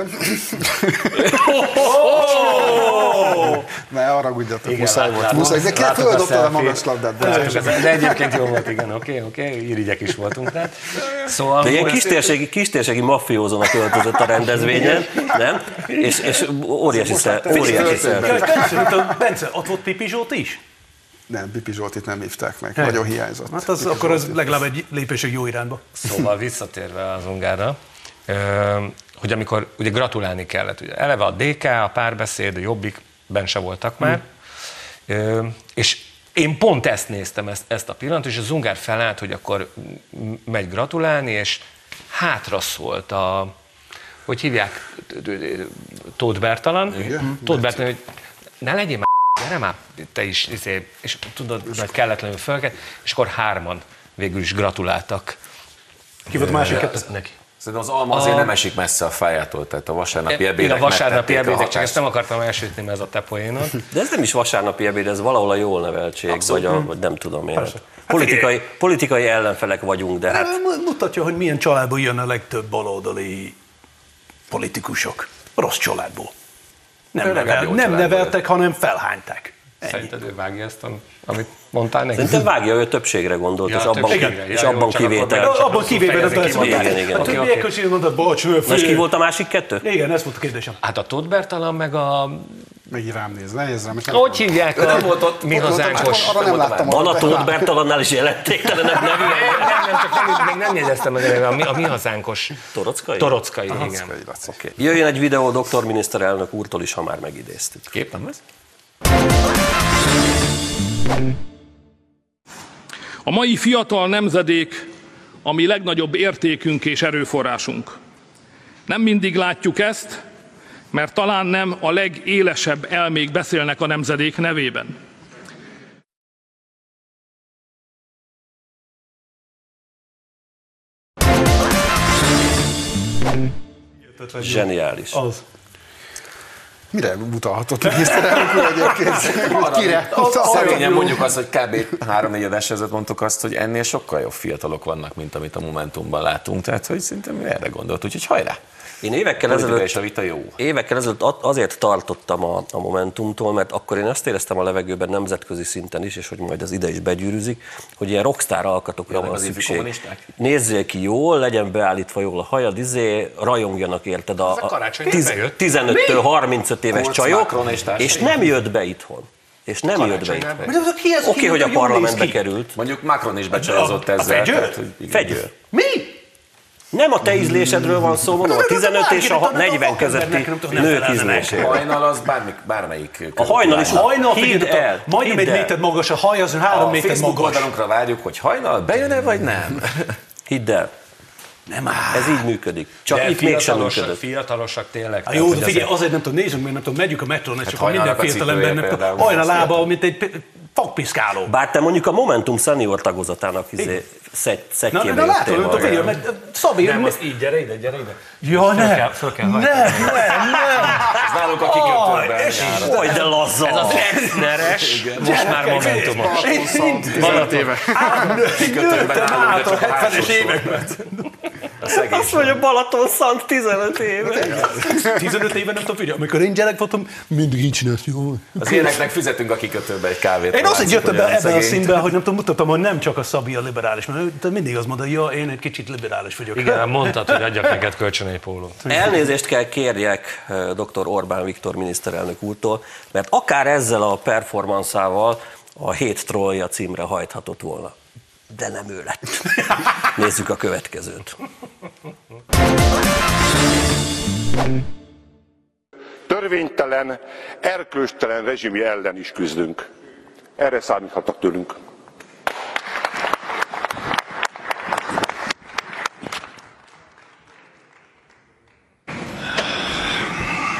Speaker 4: Ne haragudjatok, muszáj volt. Muszáj, de ki földobtad a magas labdát.
Speaker 5: De egyébként jó volt, igen, oké, oké, irigyek is voltunk rá.
Speaker 1: Szóval de ilyen kistérségi, kistérségi maffiózónak öltözött a rendezvényen, nem? És, és óriási szer.
Speaker 3: Bence, ott volt Pipi Zsolt is?
Speaker 4: Nem, Pipi Zsoltit nem hívták meg, nagyon hiányzott.
Speaker 3: Hát az, akkor az legalább egy lépésig jó irányba.
Speaker 5: Szóval visszatérve az Ungárra, hogy amikor ugye gratulálni kellett, ugye eleve a dé ká, a Párbeszéd, a Jobbik benn se voltak már, mm. és én pont ezt néztem, ezt, ezt a pillanatot, és az Ungár felállt, hogy akkor megy gratulálni, és hátra szólt a, hogy hívják, Tóth Bertalan, Tóth Bertalan, hogy ne legyél már, gyere már, te is, és tudod, hogy kelletlenül fölket, és akkor hárman végül is gratuláltak.
Speaker 3: Ki volt a másik kettő?
Speaker 5: Neki.
Speaker 2: Szerintem az alma azért a... nem esik messze a fájától, tehát a vasárnapi ebédek.
Speaker 5: A vasárnapi ebédek, csak ezt nem akartam elsütni, mert ez a te poénod.
Speaker 1: De ez nem is vasárnapi ebéd, ez valahol a jól neveltség, vagy, a, vagy nem tudom én. Politikai, hát, politikai ellenfelek vagyunk, de hát...
Speaker 3: Mutatja, hogy milyen családból jön a legtöbb baloldali politikusok. Rossz családból. Nem, nevel, nem neveltek, hanem felhányták.
Speaker 5: Szerinted ő vágja ezt, amit mondtál neki?
Speaker 1: Szerintem vágja, ő többségre gondolt, ja, és abban,
Speaker 5: igen,
Speaker 1: és abban kivétel.
Speaker 3: Abban kivétel, de ezt mondták.
Speaker 1: Igen, igen.
Speaker 3: A többiek közül mondtad, bocs, ő
Speaker 1: és ki volt a másik kettő?
Speaker 3: Igen, ez volt a kérdésem.
Speaker 5: Hát a Tóth Bertalan meg a...
Speaker 4: Megint rám néz, nehéz rám.
Speaker 5: Hogy hívják a mi hazánkos?
Speaker 1: Van a Tóth Bertalannál is jelentéktelenebb nevű.
Speaker 5: Nem, csak még nem jegyeztem meg a mi hazánkos.
Speaker 1: Torockai?
Speaker 5: Torockai, igen.
Speaker 1: Jöjjön egy videó doktor miniszterelnök úrtól is, ha már megidéztük.
Speaker 5: Kép nem ez?
Speaker 8: A mai fiatal nemzedék a mi legnagyobb értékünk és erőforrásunk. Nem mindig látjuk ezt, mert talán nem a legélesebb elmék beszélnek a nemzedék nevében.
Speaker 1: Zseniális.
Speaker 3: Az.
Speaker 4: Mire utalhatott a miniszterelnök úr egyébként? Kire?
Speaker 2: Szerényen mondjuk azt, hogy kb. három-négy ezelőtt mondtuk azt, hogy ennél sokkal jobb fiatalok vannak, mint amit a Momentumban látunk. Tehát, hogy szerintem erre gondolt, úgyhogy hajrá!
Speaker 1: Én évekkel ezelőtt,
Speaker 2: és a vita jó.
Speaker 1: évekkel ezelőtt azért tartottam a, a Momentumtól, mert akkor én azt éreztem a levegőben nemzetközi szinten is, és hogy majd az ide is begyűrűzik, hogy ilyen rockstar alkatokra
Speaker 2: Jönnek
Speaker 1: van
Speaker 2: az
Speaker 1: szükség. Nézzél ki jól, legyen beállítva jól a hajad, izé, rajongjanak érted a, a tizenöttől harmincöt éves
Speaker 2: Kurz,
Speaker 1: csajok,
Speaker 2: és,
Speaker 1: és nem jött be itthon. És nem jött be itthon. Oké, okay, hogy a parlamentbe került.
Speaker 2: Mondjuk Macron is becsajozott ezzel.
Speaker 1: Fegyőr?
Speaker 3: Mi?
Speaker 1: Nem a te ízlésedről van szó, mondom, a tizenöt és a negyven közötti nők ízléséről.
Speaker 2: A hajnal az bármik, bármelyik.
Speaker 1: A hajnal is,
Speaker 3: hajnal,
Speaker 1: hidd el.
Speaker 3: Majdnem egy méter magas, a haj az három méter magas.
Speaker 2: A Facebook oldalunkra várjuk, hogy hajnal bejön-e vagy nem.
Speaker 1: Hidd el.
Speaker 3: Nem áll.
Speaker 1: Ez így működik. Csak de itt mégsem működött.
Speaker 5: Fiatalosak tényleg.
Speaker 3: A jó, de figyelj, azért nem tudom, nézzünk meg, nem tudom, megyünk a metrón, és hát csak minden fiatal ember nem tudom, hajna lába, mint egy fogpiszkáló.
Speaker 1: Bár te mondjuk a Momentum senior tagozatának izé szettjébe jöttél.
Speaker 3: Na, látom, nem tudom, figyelj, mert Szabi...
Speaker 5: Nem, azt így, gyere ide, gyere ide.
Speaker 3: Ja, ne, ne, ne, ne.
Speaker 2: Ez nálunk a kikötőben.
Speaker 1: Hogy de laza.
Speaker 5: Ez az ex-neres, most már Momentumos.
Speaker 2: tizenöt éve. Kikötőben állunk, de csak a hetvenes években.
Speaker 1: Azt mondja, Balaton Szent tizenöt éve.
Speaker 3: tizenöt éve nem tudom, figyelj, amikor én gyerek voltam, mindig így csinált, jó.
Speaker 2: Az ilyeneknek fizetünk a kikötőbe egy kávét.
Speaker 3: Én azért jöttem be ebben a színben, hogy nem tudom, mutattam, hogy nem csak a Szabi a liberális, mert mindig azt mondta, hogy ja, én egy kicsit liberális vagyok.
Speaker 5: Igen, mondtad, hogy adjak neked kölcsön egy pólót.
Speaker 1: Elnézést kell kérjek dr. Orbán Viktor miniszterelnök úrtól, mert akár ezzel a performanszával a hét trollja címre hajthatott volna. De nem ő lett. Nézzük a következőt.
Speaker 9: Törvénytelen, erkölcstelen rezsimi ellen is küzdünk. Erre számíthatnak tőlünk.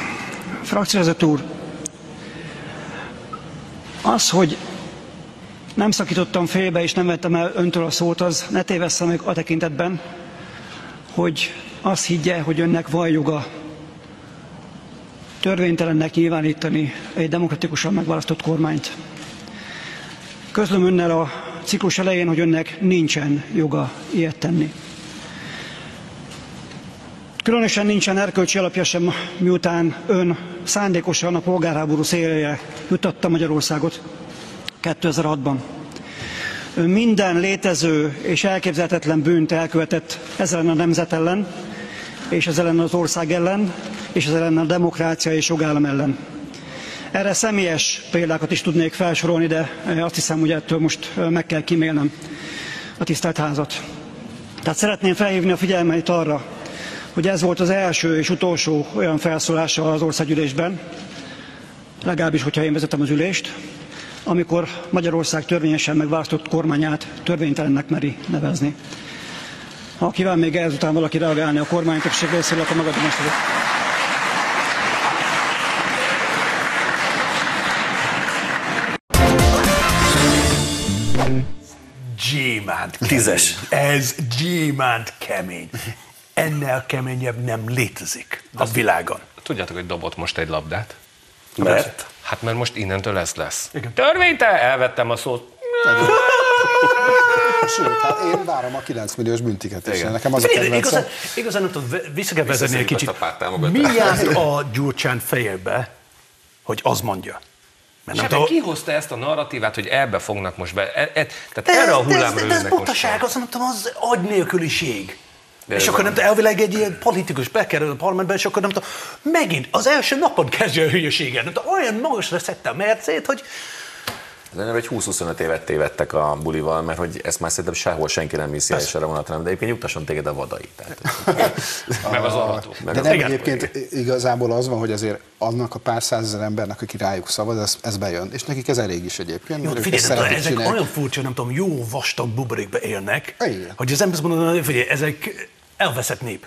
Speaker 10: Frakcióvezető úr, az, hogy nem szakítottam félbe és nem vettem el öntől a szót, az ne tévessze meg a tekintetben, hogy azt higgye, hogy önnek van joga törvénytelennek nyilvánítani egy demokratikusan megválasztott kormányt. Közlöm önnel a ciklus elején, hogy önnek nincsen joga ilyet tenni. Különösen nincsen erkölcsi alapja sem, miután ön szándékosan a polgárháború szélére juttatta Magyarországot kétezer-hatban. Ön minden létező és elképzelhetetlen bűnt elkövetett ezzel a nemzet ellen, és ezzel ellen az ország ellen, és ezzel ellen a demokrácia és jogállam ellen. Erre személyes példákat is tudnék felsorolni, de azt hiszem, hogy ettől most meg kell kímélnem a tisztelt házat. Tehát szeretném felhívni a figyelmeit arra, hogy ez volt az első és utolsó olyan felszólása az országgyűlésben, legalábbis, hogyha én vezetem az ülést, amikor Magyarország törvényesen megválasztott kormányát törvénytelennek meri nevezni. Ha kíván még ezután valaki reagálni a kormány többség részéről, akkor megadom ezt.
Speaker 3: Gyémánt kemény.
Speaker 1: Tízes.
Speaker 3: Ez gyémánt kemény. Ennél keményebb nem létezik a világon.
Speaker 5: Tudjátok, hogy dobott most egy labdát?
Speaker 1: Mert?
Speaker 5: Hát mert most innentől ez lesz.
Speaker 3: Igen.
Speaker 5: Törvényte? Elvettem a szót.
Speaker 4: Sőt, hát én várom a kilenc milliós büntetést. Nekem az a kedvencem.
Speaker 3: Igazán, igazán nem tudom, vissza kell vezetni egy kicsit. Mi járt a Gyurcsány fejébe, hogy az mondja?
Speaker 5: Mert nem tudom, ki hozta ezt a narratívát, hogy ebbe fognak most be? E, e, tehát erre a hullámra
Speaker 3: ülnek most.
Speaker 5: De ez
Speaker 3: butaság, azt nem tudom, az agynélküliség. De és akkor nem tudom, elvileg egy ilyen politikus bekerül a parlamentbe, és akkor nem tudom, megint az első napon kezdje a hülyeséget. Nem tudom, olyan magasra szedte a mercét, hogy...
Speaker 2: De nem, egy húsz-huszonöt évet tévedtek a bulival, mert hogy ezt már szerintem sehol senki nem viszi el, és arra vonatra nem, de egyébként nyugtasson téged a vadai. Tehát,
Speaker 5: meg az alató.
Speaker 4: De nem, egyébként igazából az van, hogy azért annak a pár százezer embernek, aki rájuk szavaz, ez, ez bejön, és nekik ez elég is egyébként.
Speaker 3: Jó, figyelj, nem, ezek csinálják. Olyan furcsa, nem tudom, jó vastag buborékba élnek, igen, hogy az ember azt mondja, hogy figyelj, ezek elveszett nép.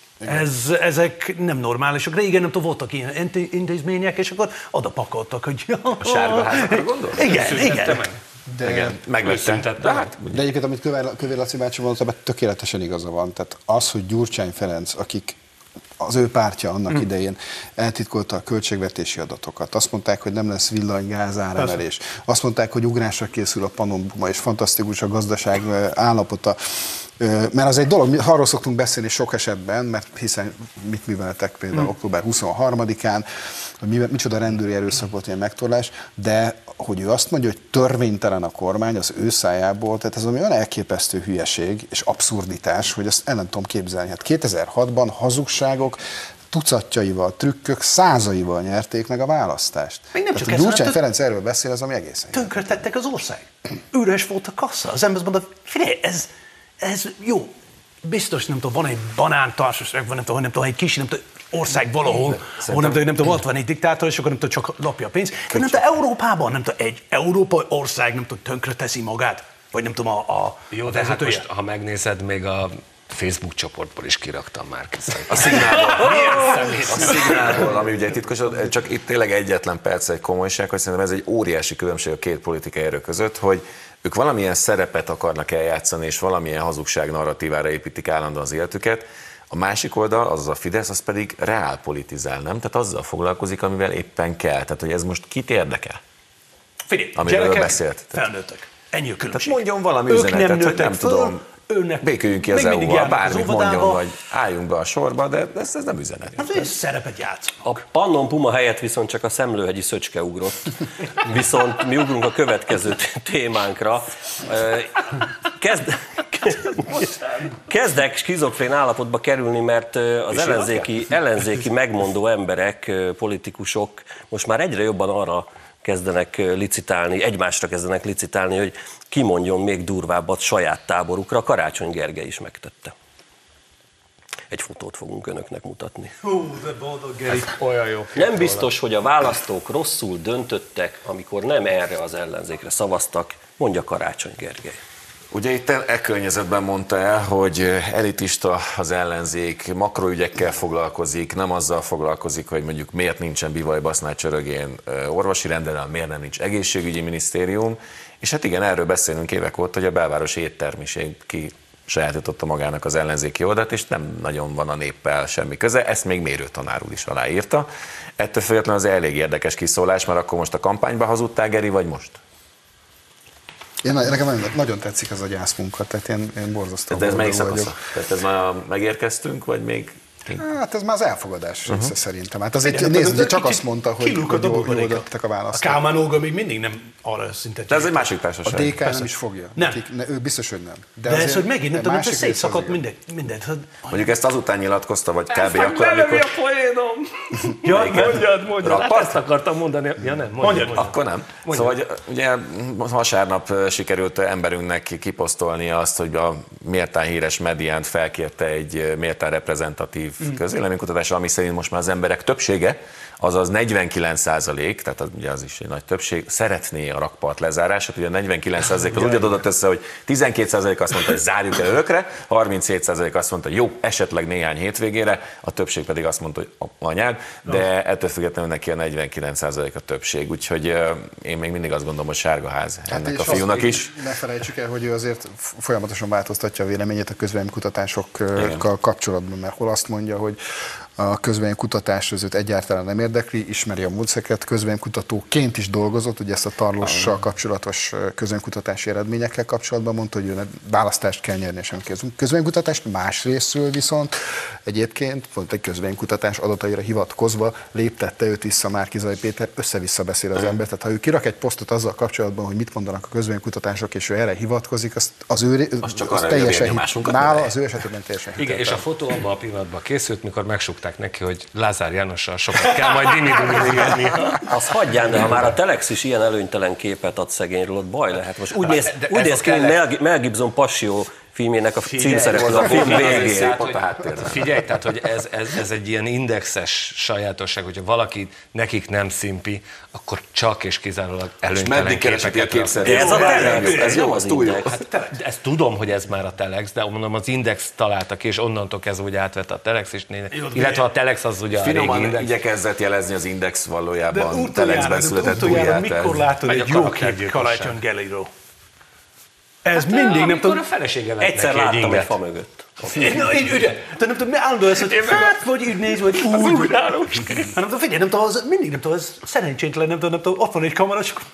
Speaker 3: Ez, ezek nem normálisak. Régen nem tudom, voltak ilyen intézmények, és akkor oda pakoltak, hogy...
Speaker 2: A sárga házakra gondolsz?
Speaker 3: Igen, igen.
Speaker 4: De,
Speaker 2: igen, megvettem. De, hát,
Speaker 4: de egyébként, amit Kövér Laci bácsi mondta, abban tökéletesen igaza van. Tehát az, hogy Gyurcsány Ferenc, akik az ő pártja annak hmm. idején eltitkolta a költségvetési adatokat. Azt mondták, hogy nem lesz villany-gáz áremelés. Azt mondták, hogy ugrásra készül a Pannonbuma, és fantasztikus a gazdaság állapota. Mert az egy dolog, arról szoktunk beszélni sok esetben, mert hiszen mit műveltek például hmm. október huszonharmadikán, hogy micsoda rendőri erőszak volt, ilyen megtorlás, de hogy ő azt mondja, hogy törvénytelen a kormány az ő szájából, tehát ez olyan elképesztő hülyeség és abszurditás, hogy ezt el nem tudom képzelni. Hát kétezer-hatban hazugságok tucatjaival, trükkök százaival nyerték meg a választást.
Speaker 3: Még nem
Speaker 4: tehát,
Speaker 3: csak
Speaker 4: hogy Gyurcsány
Speaker 3: ez,
Speaker 4: Ferenc erről beszél, az ami egészen.
Speaker 3: Tönkretettek az ország. Üres volt a kassa. Az ember azt mondta, figyelj, ez, ez jó. Biztos, nem tudom, van egy banántársaság, van nem tudom, nem tudom, egy kis, nem tudom, ország valahol, ahol nem tudom, nem tudom, ott van egy diktátor, és akkor nem tudom, csak lapja a pénz. De nem tudom, Európában, nem tudom, egy európai ország, nem tudom, tönkre teszi magát, vagy nem tudom, a, a
Speaker 5: Jó, de hát most, ha megnézed, még a Facebook csoportból is kiraktam már.
Speaker 2: A szignálból. A szignálból, ami ugye titkos, csak itt tényleg egyetlen perc egy komolyság, hogy szerintem ez egy óriási különbség a két politikai erő között, hogy ők valamilyen szerepet akarnak eljátszani, és valamilyen hazugság narratívára építik állandóan az életüket. A másik oldal, azaz a Fidesz, az pedig reál politizál, nem? Tehát azzal foglalkozik, amivel éppen kell. Tehát, hogy ez most kit érdekel?
Speaker 3: Figyelj,
Speaker 2: amiről beszélt.
Speaker 3: Felnőttek. Ennyi a különbség.
Speaker 2: Tehát mondjon valami
Speaker 3: ők
Speaker 2: üzenetet,
Speaker 3: nem
Speaker 2: hogy nem
Speaker 3: föl,
Speaker 2: tudom.
Speaker 3: Önnek
Speaker 2: béküljünk ki az é u-val, bármit mondjon, vagy álljunk be a sorba, de ez, ez nem üzenet.
Speaker 3: Hát ő szerepet játszik.
Speaker 1: A Pannon Puma helyett viszont csak a Szemlőhegyi Szöcske ugrott. Viszont mi ugrunk a következő témánkra. Kezd, kezdek skizofrén állapotba kerülni, mert az ellenzéki, ellenzéki megmondó emberek, politikusok most már egyre jobban arra kezdenek licitálni, egymásra kezdenek licitálni, hogy ki mondjon még durvábbat saját táborukra. Karácsony Gergely is megtette. Egy fotót fogunk önöknek mutatni.
Speaker 3: Hú, de boldog Geri.
Speaker 5: Olyan jó.
Speaker 1: Nem biztos, hogy a választók rosszul döntöttek, amikor nem erre az ellenzékre szavaztak, mondja Karácsony Gergely.
Speaker 2: Ugye itt e környezetben mondta el, hogy elitista az ellenzék, makroügyekkel foglalkozik, nem azzal foglalkozik, hogy mondjuk miért nincsen Bivaj Basznád Csörögén orvosi rendelem, miért nem nincs egészségügyi minisztérium, és hát igen, erről beszélünk évek óta, hogy a belvárosi éttermiség ki sajátította magának az ellenzéki oldalt, és nem nagyon van a néppel semmi köze, ezt még Mérő tanár úr is aláírta. Ettől függetlenül az elég érdekes kiszólás, mert akkor most a kampányba hazudtál, Geri, vagy most?
Speaker 4: Én, nekem nagyon, nagyon tetszik ez a gyászmunka, tehát én, én borzasztó.
Speaker 2: De ez melyik szakasza? Tehát ez már megérkeztünk, vagy még?
Speaker 4: Hát ez már az elfogadás része uh-huh. szerintem. Hát azért
Speaker 3: Igen,
Speaker 4: nézd,
Speaker 3: de
Speaker 4: csak azt mondta, hogy, hogy jól adtak a választ.
Speaker 3: A Kálmán Olga még mindig nem arra szintet.
Speaker 2: De ez egy másik társaság.
Speaker 4: A dé ká nem is fogja.
Speaker 3: Nem.
Speaker 4: Akik, ne, ő biztos, hogy nem.
Speaker 3: De, de ez, hogy megint nem tudom, hogy szétszakadt mindegy. mindegy.
Speaker 2: Mondjuk ezt azután nyilatkozta, vagy kb.
Speaker 5: Ezt
Speaker 2: akkor,
Speaker 5: amikor... a poénom! Jaj, mondjad, mondjad. Hát ezt akartam mondani. Ja nem, mondjad. mondjad.
Speaker 2: Akkor nem. Mondjad. Szóval ugye vasárnap sikerült emberünknek kiposztolni azt, hogy a méltán híres Mediánt felkérte egy méltán reprezentatív mm. közvéleménykutatásra, ami szerint most már az emberek többsége, azaz negyvenkilenc százalék, tehát ugye az is egy nagy többség, szeretné a rakpart lezárását. Ugye a negyvenkilenc százalék az úgy adott össze, hogy tizenkét százalék azt mondta, hogy zárjuk el örökre, harminchét százalék azt mondta, hogy jó, esetleg néhány hétvégére, a többség pedig azt mondta, hogy anyád, de ettől függetlenül neki a negyvenkilenc százalék a többség. Úgyhogy én még mindig azt gondolom, hogy sárga ház ennek hát a fiúnak is.
Speaker 4: Ne felejtsük el, hogy ő azért folyamatosan változtatja a véleményét a közvéleménykutatásokkal kapcsolatban, mert hol azt mondja, hogy a közvéleménykutatás őt egyáltalán nem érdekli, ismeri a módszereket, közvéleménykutatóként is dolgozott, ugye ezt a Tarlossal kapcsolatos közvéleménykutatási eredményekkel kapcsolatban mondta, hogy ő választást kell nyerni, és nem közvéleménykutatást. Másrészről viszont egyébként volt egy közvéleménykutatás adataira hivatkozva, léptette őt vissza Márki-Zay Péter, össze-vissza beszél az ember. Tehát ha ő kirak egy posztot azzal kapcsolatban, hogy mit mondanak a közvéleménykutatások, és ő erre hivatkozik, az, az ő az csak az teljesen hit, nála az ő esetében teljesen
Speaker 5: igen, és a fotó abban a pillanatban készült, mikor megsukták neki, hogy Lázár Jánossal sokat kell majd dimidulni.
Speaker 1: Azt hagyján, de ha már a Telex is ilyen előnytelen képet ad szegényről, ott baj lehet. Most úgy néz, úgy néz ki, mint Mel, Mel Gibson Passió filmének a címszereplő a film végén.
Speaker 5: Figyelj, tehát, hogy ez, ez, ez egy ilyen indexes sajátosság, hogyha valaki nekik nem szimpi, akkor csak és kizárólag előnytelen képeket rak.
Speaker 1: De ez a Telex, ez jó, az túl jó.
Speaker 5: Hát, ezt tudom, hogy ez már a Telex, de mondom, az Index találta ki, és onnantól kezdve úgy átvette a Telex, és néne, illetve a Telex az ugye a régi Index.
Speaker 2: Finoman igyekezett jelezni az Index valójában Telexben született újját.
Speaker 3: Mikor látod egy jó kép Karácsony Gerryről? Ez hát mindig nem tudom.
Speaker 5: A felesége vett
Speaker 1: egyszer
Speaker 5: neki egy
Speaker 1: láttam
Speaker 5: inget.
Speaker 1: egy fa mögött.
Speaker 3: Így, ugye, de nem tudom, mi állandó ez, hogy hát, vagy így néz, vagy úgy. Hát nem tudom, figyelj, nem tudom, az, mindig nem tudom, ez szerencsétlen, nem tudom, nem tudom, ott van egy kamera, és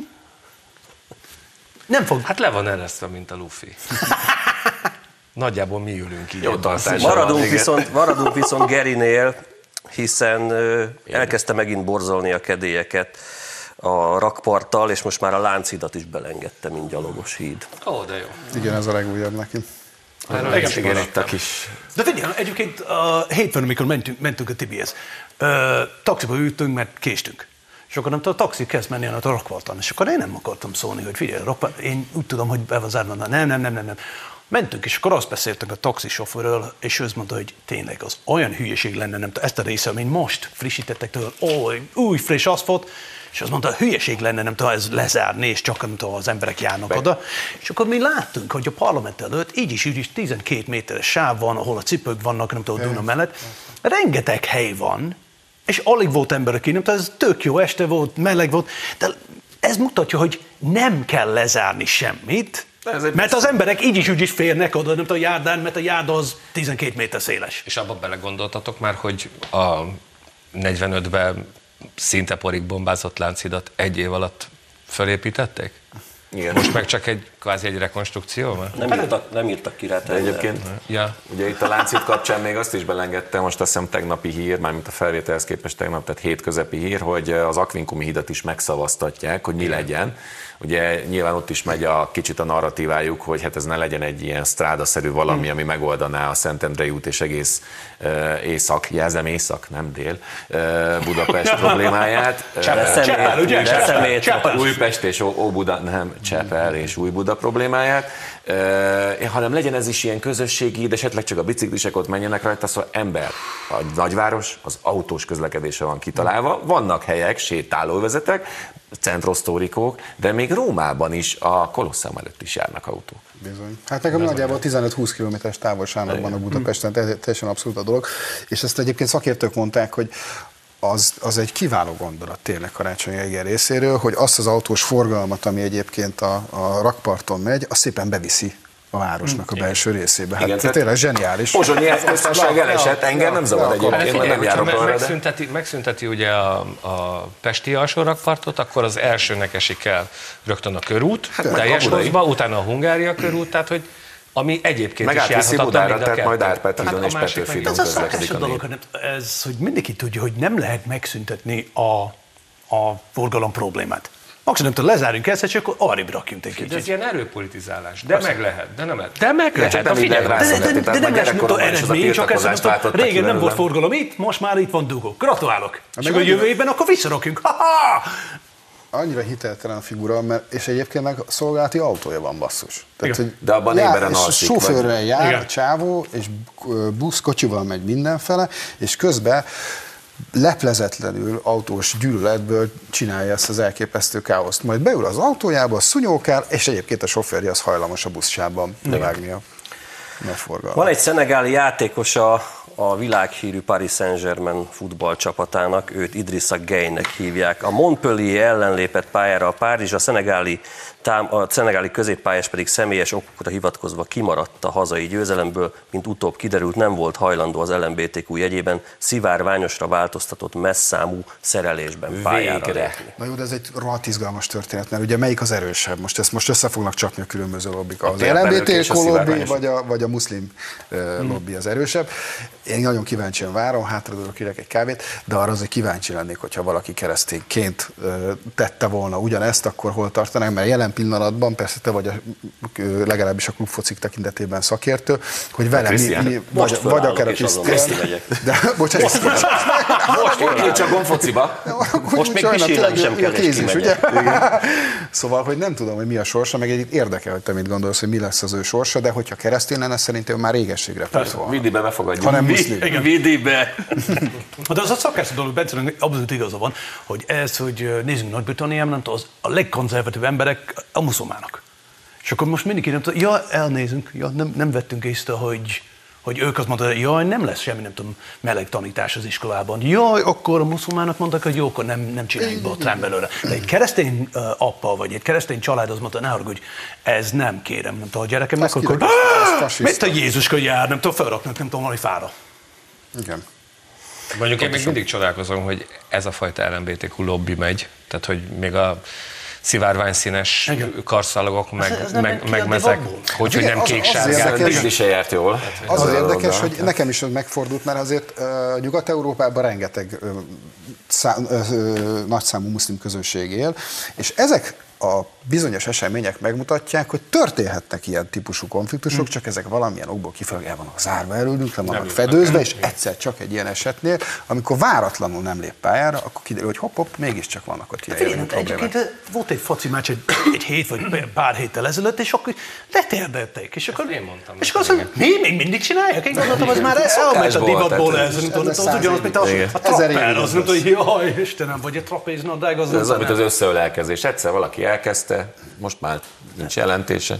Speaker 3: nem fog.
Speaker 5: Hát le van eresztve, mint a Luffy. Nagyjából mi ülünk így.
Speaker 1: Jó, maradunk, viszont, maradunk viszont Gerinél, hiszen elkezdte megint borzolni a kedélyeket a rakparttal, és most már a Lánchidat is belengedte, mint gyalogos híd.
Speaker 5: Ó, de jó.
Speaker 4: Igen, ez a legújabb neki.
Speaker 2: Igen, itt a kis...
Speaker 3: De figyelj, egyébként a hétfőn, amikor mentünk, mentünk a Tibihez, taxiba ültünk, mert késtünk. És akkor nem tudom, a taxi kezd menni a rakparton, és akkor én nem akartam szólni, hogy figyelj, rakpart, én úgy tudom, hogy be van zárva, nem, nem, nem, nem, nem. Mentünk, és akkor azt beszéltünk a taxisofőről, és ő azt mondta, hogy tényleg az olyan hülyeség lenne, nem tudom, ezt a része, amit most frissítettek tőle, ó, új friss aszfalt, és azt mondta, hülyeség lenne, nem tudom, ez lezárni, és csak nem tudom, az emberek járnak Be. oda. És akkor mi láttunk, hogy a parlament előtt így is, így is tizenkét méteres sáv van, ahol a cipők vannak, nem tudom, a Duna mellett. Rengeteg hely van, és alig volt ember, aki nem tudom, ez tök jó este volt, meleg volt, de ez mutatja, hogy nem kell lezárni semmit, mert az emberek így is, úgy is férnek oda, nem tudom, a járdán, mert a járda az tizenkét méter széles.
Speaker 5: És abban belegondoltatok már, hogy a negyvenötben szinte porig bombázott Lánchidat egy év alatt fölépítették? Igen. Most meg csak egy kvázi egy rekonstrukció van?
Speaker 1: Nem írtak, nem írtak ki rá.
Speaker 2: Egyébként,
Speaker 5: ja.
Speaker 2: Ugye itt a Lánchíd kapcsán még azt is belengedte, most azt hiszem tegnapi hír, mármint a felvételhez képest tegnap, tehát hétközepi hír, hogy az Aquincumi hídat is megszavaztatják, hogy mi legyen. Ugye nyilván ott is megy a kicsit a narratívájuk, hogy hát ez ne legyen egy ilyen strádaszerű valami, ami megoldaná a Szentendrei út és egész uh, észak, jelzem észak, nem dél, uh, Budapest problémáját.
Speaker 3: Csepel, ugye?
Speaker 2: Újpest és Óbuda, nem, Csepel és Újbuda. Buda problémáját, hanem legyen ez is ilyen közösségi, de esetleg csak a biciklisek ott menjenek rajta, szóval ember, a nagyváros, az autós közlekedésre van kitalálva, vannak helyek, sétálóvezetek, centrosztórikók, de még Rómában is a Kolosseum előtt is járnak autók.
Speaker 4: Bizony. Hát nekem nagyjából tizenöt-húsz kilométeres távolságnak van a Budapesten, teljesen abszolút a dolog, és ezt egyébként szakértők mondták, hogy az, az egy kiváló gondolat tényleg Karácsony Gergely részéről, hogy azt az autós forgalmat, ami egyébként a, a rakparton megy, az szépen beviszi a városnak a belső részébe. Hát igen, tényleg zseniális.
Speaker 2: Pozsonyi köztársaság elesett, engem nem zavar egyébként, mert nem járok arra.
Speaker 5: Megszünteti, megszünteti ugye a, a pesti alsórakpartot, akkor az elsőnek esik el rögtön a körút, hát teljes hozba, utána a Hungária körút, tehát hogy ami egyébként
Speaker 2: meg
Speaker 5: is járhatatlan
Speaker 2: Budára, mind a tehát majd Árpád hídon és Petőfi hídon
Speaker 3: közlekedik a dolog, ez, hogy mindenki tudja, hogy nem lehet megszüntetni a, a forgalom problémát. Maximum, nem tudom, lezárjunk ezt, és akkor arrébb rakjunk egy kicsit.
Speaker 5: De ez ilyen erőpolitizálás. De meg lehet, de nem lehet. De meg lehet,
Speaker 2: a figyelj.
Speaker 3: De, de, de, de nem lesz, mint eredmény, csak ezt mondtam, régen nem volt forgalom itt, most már itt van dugó. Gratulálok. És akkor jövő évben akkor visszarakjunk. Ha-ha!
Speaker 4: Annyira hiteltelen a figura, mert, és egyébként meg szolgálati autója van, basszus. Tehát, hogy
Speaker 2: de abban éberen alszik.
Speaker 4: Sofőrrel jár, igen. Csávó, és busz, kocsival megy mindenfele, és közben leplezetlenül autós gyűlöletből csinálja ezt az elképesztő káoszt. Majd beül az autójába, szunyókál, és egyébként a sofőrje az hajlamos a buszsában bevágni a forgalmat.
Speaker 1: Van egy szenegáli játékos a, a világhírű Paris Saint-Germain futballcsapatának, őt Idrissa Gueye-nek hívják. A Montpellier ellen lépett pályára a Párizs, a szenegáli, tám, a szenegáli középpályás pedig személyes okokra hivatkozva kimaradt a hazai győzelemből, mint utóbb kiderült, nem volt hajlandó az el em bé té kú jegyében szivárványosra változtatott messzámú szerelésben pályára lépni.
Speaker 4: Na jó, de ez egy rohadt izgalmas történet, mert ugye melyik az erősebb? Most ezt most össze fognak csapni a különböző lobbik. Az el em bé té kú lobby vagy a, vagy a muszlim uh, lobby az erősebb. Én nagyon kíváncsian várom, hátradőlök, kérek egy kávét, de arra azért kíváncsi lennék, hogyha valaki keresztényként uh, tette volna ugyanezt, akkor hol tartanánk, mert jelen pillanatban, persze te vagy a, legalábbis a klubfocik tekintetében szakértő, hogy vele mi, mi vagy, vagy akár a Krisztián.
Speaker 1: De
Speaker 2: bocsánat, most nincs a gonfociba.
Speaker 1: Most még pisilnem sem kell, és kimegyek.
Speaker 4: Szóval, hogy nem tudom, hogy mi a sorsa, meg egy érdekel, hogy te mit gondolsz, hogy mi lesz az ő sorsa, de hogyha keresztény lenne, szerintem már régességre felt volna.
Speaker 2: Vidibe befogadjuk.
Speaker 4: Hanem muszlim.
Speaker 1: Vidibe.
Speaker 3: De az a szakászi dolog, Bencenek abszolút igaza van, hogy ez, hogy nézzünk Nagy-Britanniában, az a legkonzervatív emberek a muszulmánok. És akkor most mindenki nem tudja, ja, elnézünk, ja, nem, nem vettünk észre, hogy, hogy ők azt mondták, hogy jaj, nem lesz semmi, nem tudom, meleg tanítás az iskolában. Jaj, akkor a muszulmánok mondták, hogy jó, akkor nem, nem csináljuk botrán belőle. De egy keresztény uh, apa, vagy egy keresztény család az mondta, ne haragudj, ez nem kérem, nem tudom, a gyerekemnek, akkor mint a Jézuska jár, nem tudom, felraknak, nem tudom, valami fára.
Speaker 4: Igen.
Speaker 5: Mondjuk én még mindig csodálkozom, hogy ez a fajta el em bé té kú lobby megy, tehát hogy még a szivárványszínes karszalagok, meg, ez, ez meg, meg mezek, hogy, hogy nem kék-sárgák.
Speaker 2: Ez is se járt jól.
Speaker 4: Az az érdekes, hogy nekem is megfordult, mert azért uh, Nyugat-Európában rengeteg uh, szá, uh, uh, nagyszámú muszlim közönség él, és ezek a bizonyos események megmutatják, hogy történhetnek ilyen típusú konfliktusok, hmm. csak ezek valamilyen okból kifelé el vannak zárva előlünk, le vannak fedőzve, és egyszer csak egy ilyen esetnél, amikor váratlanul nem lép pályára, akkor kiderül, hogy hopp-hopp, mégiscsak vannak ott ilyen problémák.
Speaker 3: Egyébként volt egy foci meccs egy, egy hét vagy pár héttel ezelőtt, és akkor letérdelték, és akkor,
Speaker 5: én mondtam,
Speaker 3: és akkor azt mondja, mi? Még mindig csinálják? Én gondoltam, az már elment a divatból, ez az ugyanaz, mint a trapper, az nem tudom, jaj, Istenem, vagy a trapéznadrág, az
Speaker 2: az, amit az összeölelkezés. Egyszer valaki elkezdte, most már nincs jelentése.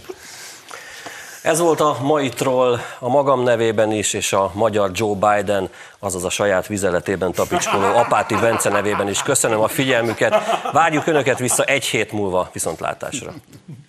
Speaker 1: Ez volt a mai troll a magam nevében is, és a magyar Joe Biden, azaz a saját vizeletében tapicskoló Apáti Bence nevében is. Köszönöm a figyelmüket, várjuk Önöket vissza egy hét múlva, viszontlátásra.